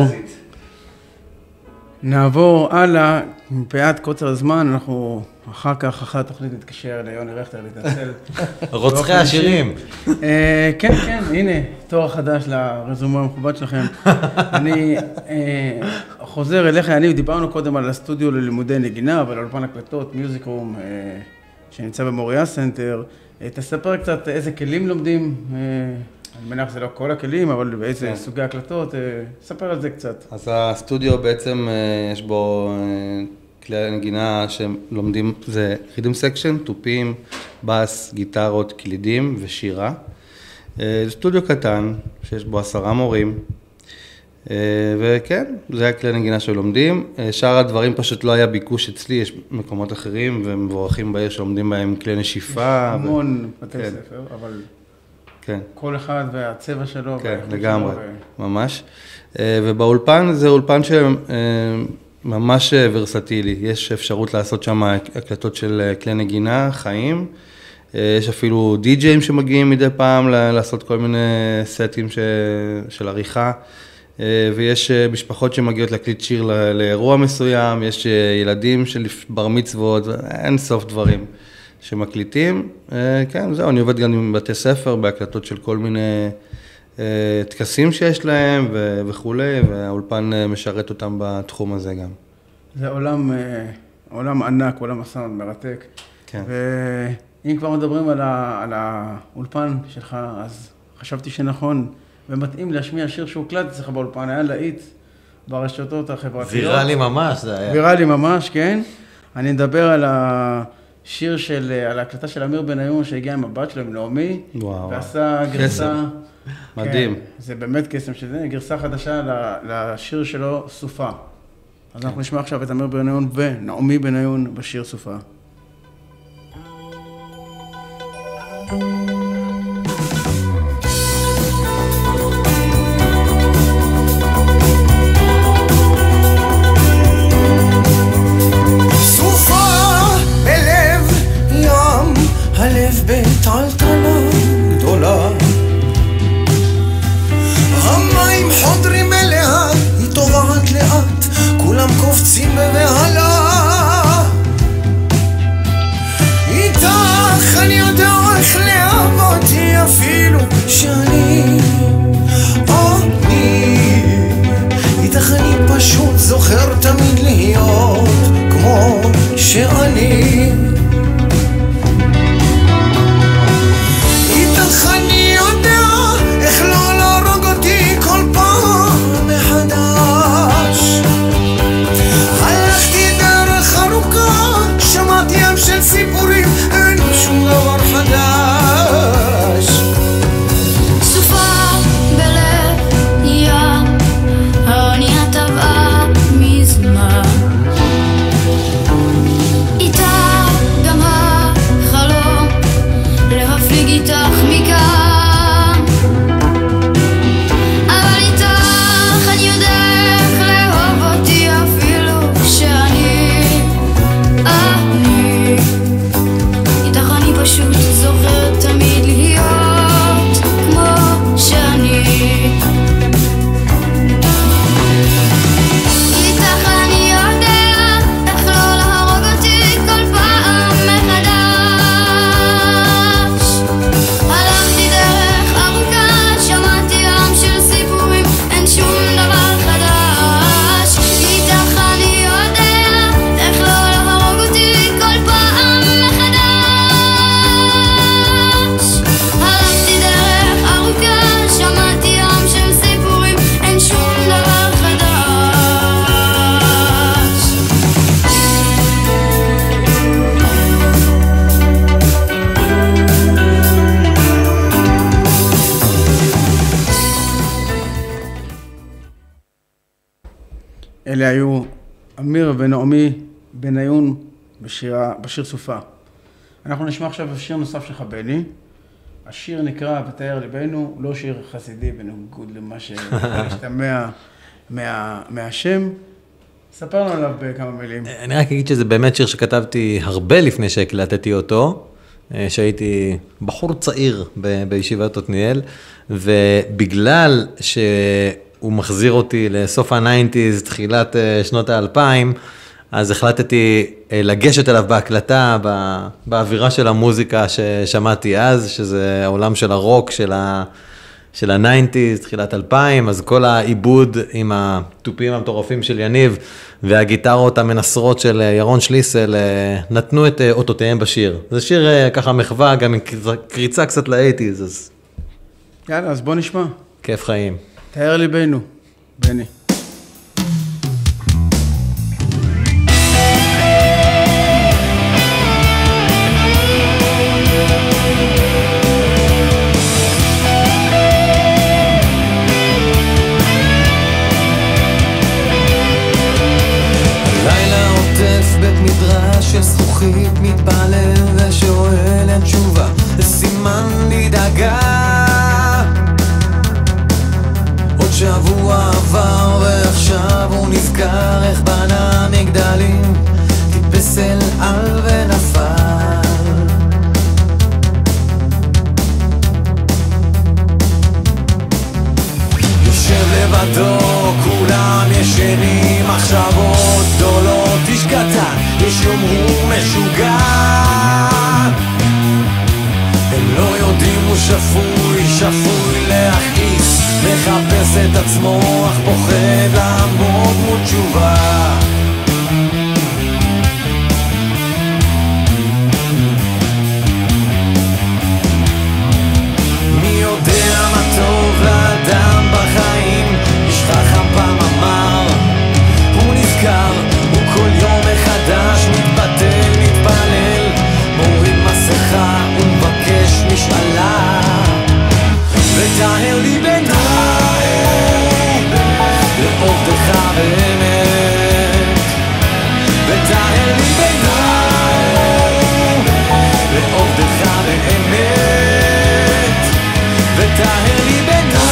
נעבור הלאה, מפאת קוצר הזמן, אנחנו אחר כך, אחרי התוכנית נתקשר ליוני רכטר להתנצל. רוצחי השירים. כן, כן, הנה, תואר חדש לרזומה המכובד שלכם. אני חוזר אליך, אני דיברנו קודם על הסטודיו ללימודי נגינה, אבל על אולפן הקלטות, מיוזיק רום, שנמצא במוריה סנטר. תספר קצת איזה כלים לומדים, אני מניח שזה לא כל הכלים, אבל באיזה סוגי הקלטות, ספר על זה קצת. אז הסטודיו בעצם יש בו כלי נגינה שלומדים, זה רית'ם סקשן, תופים, בס, גיטרות, קלידים ושירה. זה סטודיו קטן שיש בו עשרה מורים, וכן, זה הכלי נגינה שלומדים. שאר הדברים פשוט לא היה ביקוש אצלי, יש מקומות אחרים ומבורכים בעיר שלומדים בהם כלי נשיפה. המון בתי ספר, אבל... כן. כל אחד והצבע שלו. כן, לגמרי, ממש. ובאולפן זה אולפן שממש ורסטילי. יש אפשרות לעשות שם הקלטות של כלי נגינה, חיים. יש אפילו די-ג'יים שמגיעים מדי פעם לעשות כל מיני סטים של עריכה. ויש משפחות שמגיעות להקליט שיר לאירוע מסוים. יש ילדים של בר מצוות, אין סוף דברים. שמקליטים, כן, זהו, אני עובד גם עם בתי ספר, בהקלטות של כל מיני טקסים שיש להם וכו', והאולפן משרת אותם בתחום הזה גם. זה עולם, עולם ענק, עולם הסאונד מרתק. כן. ואם כבר מדברים על, ה, על האולפן שלך, אז חשבתי שנכון ומתאים להשמיע שיר שהוקלט אצלך באולפן, היה להיט ברשתות החברתיות. ויראלי ממש זה היה. ויראלי ממש, כן. אני מדבר על השיר של, על ההקלטה של אמיר בניון שהגיע עם הבת שלו, עם נעמי. וואו. ועשה גרסה. מדהים. כן, זה באמת קסם שזה, גרסה חדשה לשיר שלו, סופה. אז אנחנו נשמע עכשיו את אמיר בניון ונעמי בניון בשיר סופה. הלב בטלטלה גדולה, המים חודרים אליה, היא טובעת לאט, כולם קופצים בבהלה. איתך אני יודע איך לעבודי אפילו שאני אני איתך אני פשוט זוכר תמיד להיות כמו שאני. אני יודע איך לא להרוג אותי כל פעם מחדש. הלכתי דרך ארוכה, שמעתי עם של סיפורים, אין שום דבר חדש. סופה בלב ים, האונייה טבעה מזמן, איתה גם החלום להפליג איתך מכאן, אבל איתך אני יודע איך לאהוב אותי אפילו שאני אני איתך אני פשוט זוכר תמיד להיות כמו שאני. איתך אני יודע איך לא להרוג אותי כל פעם מחדש. הלכתי דרך ארוכה, שמעתי עם של סיפורים, אין שום דבר חדש. איתך אני יודע איך לא להרוג אותי כל פעם מחדש. הלכתי דרך ארוכה, שמעתי עם של סיפורים, אין שום דבר חדש. אלה היו אמיר ונעמי בניון בשירה, בשיר סופה. אנחנו נשמע עכשיו שיר נוסף שלך בני. השיר נקרא ותאר ליבנו, לא שיר חסידי בניגוד למה שהשתמע מה, מהשם. ספר לנו עליו בכמה מילים. אני רק אגיד שזה באמת שיר שכתבתי הרבה לפני שהקלטתי אותו, שהייתי בחור צעיר ב- בישיבת עתניאל, ובגלל שהוא מחזיר אותי לסוף ה-תשעים, תחילת שנות ה-אלפיים, אז החלטתי לגשת אליו בהקלטה, באווירה של המוזיקה ששמעתי אז, שזה העולם של הרוק, של ה... של ה-תשעים, תחילת אלפיים, אז כל העיבוד עם הטופים המטורפים של יניב, והגיטרות המנסרות של ירון שליסל, נתנו את אותותיהם בשיר. זה שיר ככה מחווה, גם עם קריצה קצת ל-שמונים, אז... יאללה, אז בוא נשמע. כיף חיים. תאר ליבנו, בני. של זכוכית מתפלל ושואל אין תשובה, סימן לי דאגה. עוד שבוע עבר ועכשיו הוא נזכר איך בנה מגדלים, טיפס אל על ונפל. יושב לבדו, כולם ישנים, מחשבות גדולות, איש קטן, יש יאמרו משוגע. הם לא יודעים הוא שפוי, שפוי להכעיס, מחפש את עצמו אך פוחד לעמוד מול תשובה. באמת, ותאר לי בינינו לעובדך באמת, ותאר לי בינינו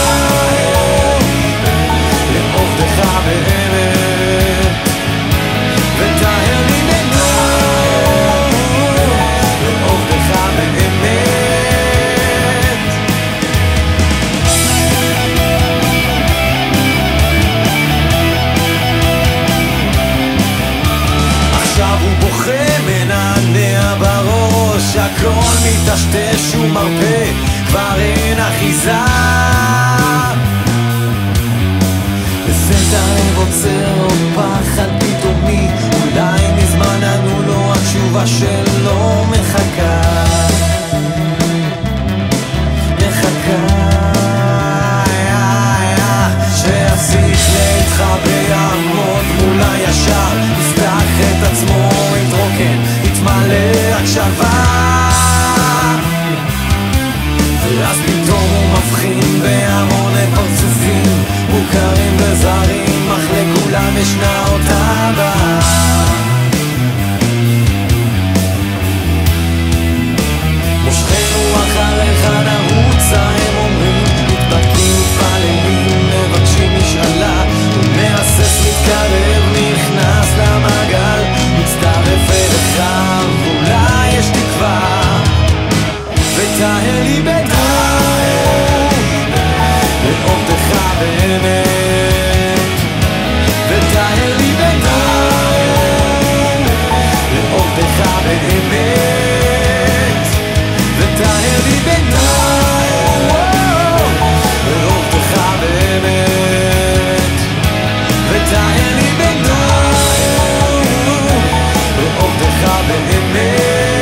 לעובדך באמת, ותאר לי בינינו לעובדך באמת. עכשיו הוא בוכה מנענע בראש, הכל מטשטש ומרפא, כבר אין אחיזה. לפתע לב עוצר עוד פחד פתאומי, אולי מזמן ענו לו התשובה שלו מחכה, מחכה שיפסיק להתחבא, יעמוד מול הישר, יפתח את עצמו יתרוקן, יתמלא הקשבה, ואז פתאום הוא מבחין בהמוני פרצופים מוכרים וזרים, אך לכולם ישנה אותה הבאה. מושכנו אחריך נרוצה, הם אומרים, מתבקעים, מתפללים, מבקשים משאלה, ומהסס מתקרב, נכנס למעגל, מצטרף אליך, ואולי יש תקווה, ותאר לי בינינו לעובדך באמת, ותאר לי בינינו לעובדך באמת, ותאר לי בינינו לעובדך באמת, ותאר לי בינינו לעובדך באמת.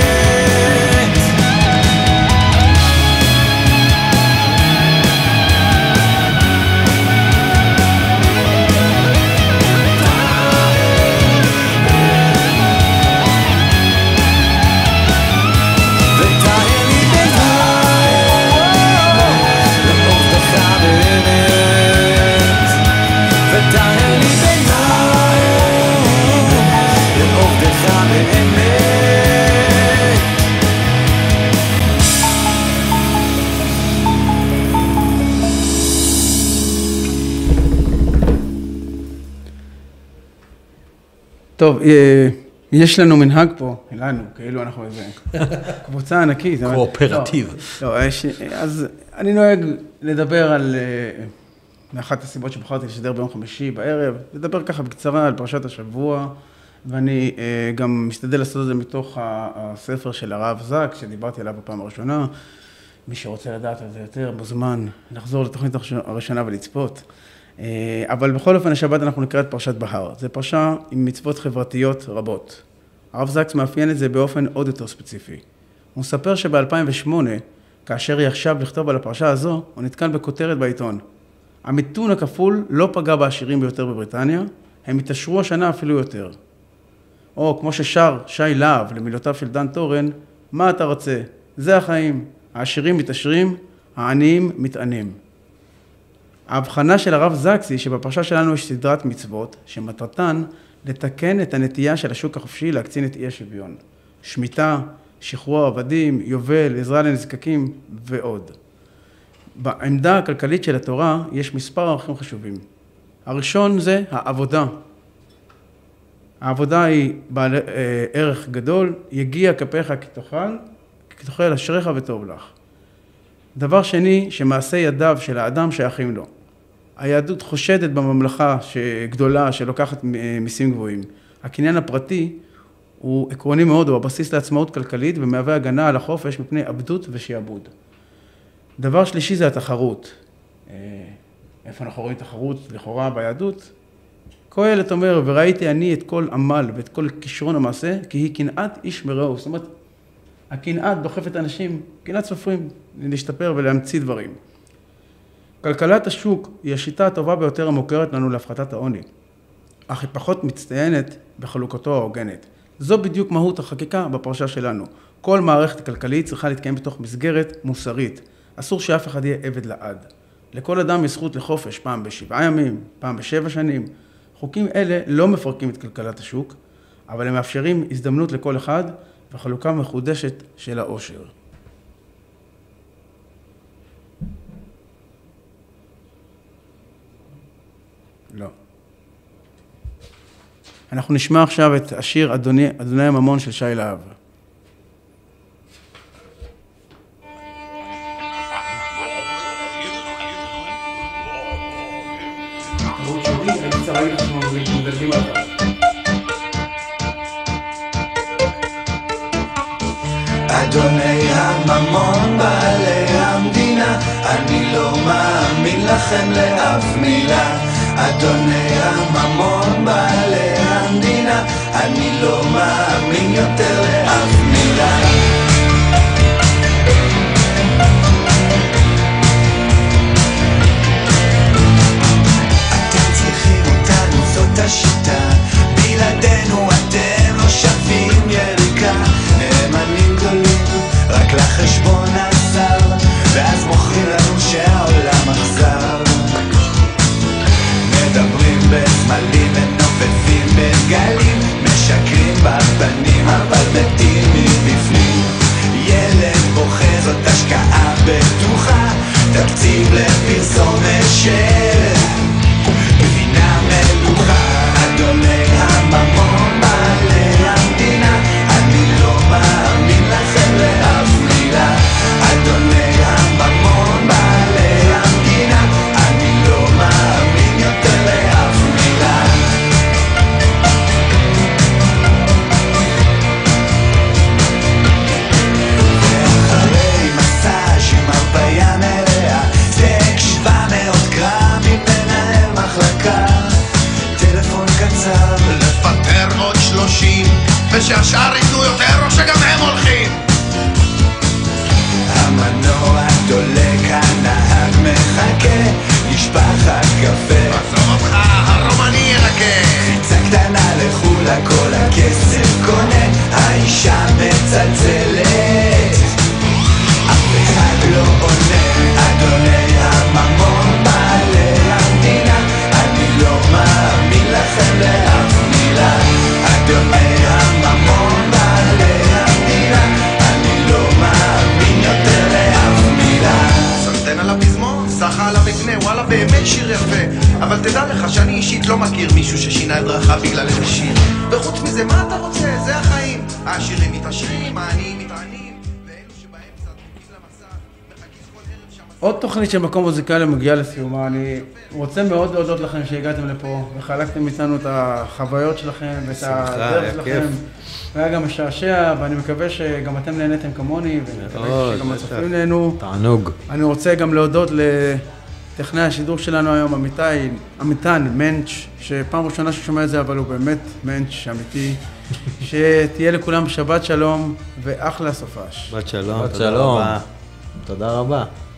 טוב, יש לנו מנהג פה, לנו, כאילו אנחנו איזה קבוצה ענקית. קואופרטיב. לא, אז אני נוהג לדבר על, מאחת הסיבות שבחרתי לשדר ביום חמישי בערב, לדבר ככה בקצרה על פרשת השבוע, ואני גם משתדל לעשות את זה מתוך הספר של הרב זק, שדיברתי עליו בפעם הראשונה. מי שרוצה לדעת על זה יותר, מוזמן לחזור לתוכנית הראשונה ולצפות. אבל בכל אופן, השבת אנחנו נקרא את פרשת בהר. זו פרשה עם מצוות חברתיות רבות. הרב זקס מאפיין את זה באופן עוד יותר ספציפי. הוא מספר שב-אלפיים ושמונה, כאשר יחשב לכתוב על הפרשה הזו, הוא נתקל בכותרת בעיתון. המיתון הכפול לא פגע בעשירים ביותר בבריטניה, הם התעשרו השנה אפילו יותר. או כמו ששר שי להב למילותיו של דן טורן, מה אתה רוצה? זה החיים. העשירים מתעשרים, העניים מתענים. ההבחנה של הרב זקס היא שבפרשה שלנו יש סדרת מצוות שמטרתן לתקן את הנטייה של השוק החופשי להקצין את אי השוויון. שמיטה, שחרור עבדים, יובל, עזרה לנזקקים ועוד. בעמדה הכלכלית של התורה יש מספר ערכים חשובים. הראשון זה העבודה. העבודה היא בעל ערך גדול, יגיע כפיך כתאכל, כתאכל אשריך וטוב לך. דבר שני, שמעשה ידיו של האדם שייכים לו. היהדות חושדת בממלכה גדולה שלוקחת מיסים גבוהים. הקניין הפרטי הוא עקרוני מאוד, הוא הבסיס לעצמאות כלכלית ומהווה הגנה על החופש מפני עבדות ושיעבוד. דבר שלישי זה התחרות. איפה אנחנו רואים תחרות לכאורה ביהדות? קהלת אומר, וראיתי אני את כל עמל ואת כל כישרון המעשה, כי היא קנאת איש מרעהו. זאת אומרת, הקנאת דוחפת אנשים, קנאת סופרים, להשתפר ולהמציא דברים. כלכלת השוק היא השיטה הטובה ביותר המוכרת לנו להפחתת העוני, אך היא פחות מצטיינת בחלוקתו ההוגנת. זו בדיוק מהות החקיקה בפרשה שלנו. כל מערכת כלכלית צריכה להתקיים בתוך מסגרת מוסרית. אסור שאף אחד יהיה עבד לעד. לכל אדם יש זכות לחופש, פעם בשבעה ימים, פעם בשבע שנים. חוקים אלה לא מפרקים את כלכלת השוק, אבל הם מאפשרים הזדמנות לכל אחד וחלוקה מחודשת של העושר. לא. אנחנו נשמע עכשיו את השיר אדוני, אדוני הממון של שי להב. אדוני הממון בעלי המדינה, אני לא מאמין לכם לאף מילה. אדוני הממון בעלי המדינה, אני לא מאמין יותר לאף מילה. אתם צריכים אותנו, זאת השיטה, בלעדינו אתם לא שווים יריקה. נאמנים גדולים רק לחשבון הזר, ואז מוכרים לנו שהעולם אכזר. מדברים בסמלים ונופפים בגלים, משקרים בפנים אבל מתים מבפנים. ילד בוכה זאת השקעה בטוחה, תקציב לפרסומת של גבינה מלוכה. אדוני הממון בעלי המדינה, אני לא מאמין לכם לאף מילה. אדוני הממון בעלי המדינה, אני לא מאמין יותר לאף מילה. ואחרי מסאז' עם הרפאיה מלאה, סטייק שבע מאות גרם עם מנהל מחלקה, טלפון קצר לפטר עוד שלושים ושהשאר ייתנו יותר או שגם הם הולכים. המנוע דולק, הנהג מחכה, נשפך הקפה, עזוב אותך, הרומני ינקה. חיצה קטנה לחולה, כל הכסף קונה, האישה מצלצלת, אף אחד לא עונה. אדוני הממון בעלי המדינה, אני לא מאמין לכם לאף מילה. אדוני הממון בעלי המדינה, אני לא מאמין יותר לאף מילה. סרטן על הפזמון, סחה על המקנה, וואלה באמת שיר יפה. אבל תדע לך שאני אישית לא מכיר מישהו ששינה את דרכה בגלל איזה שיר. וחוץ מזה, מה אתה רוצה? זה החיים. העשירים מתעשרים, העניים מתענים, ואלו שבאמצע דבוקים למסע, מחכים כל ערב שם. עוד תוכנית של מקום מוזיקלי מגיעה לסיומה. אני רוצה מאוד להודות לכם שהגעתם לפה וחלקתם איתנו את החוויות שלכם ואת הדרך שלכם. והיה גם משעשע, ואני מקווה שגם אתם נהניתם כמוני, ואני מקווה שגם הצופים נהנו. תענוג. אני רוצה גם להודות לטכנאי השידור שלנו היום, אמיתי, אמיתן, מנץ', שפעם ראשונה ששומע את זה, אבל הוא באמת מנץ' אמיתי. שתהיה לכולם שבת שלום ואחלה סופש. שבת שלום, תודה רבה. תודה רבה.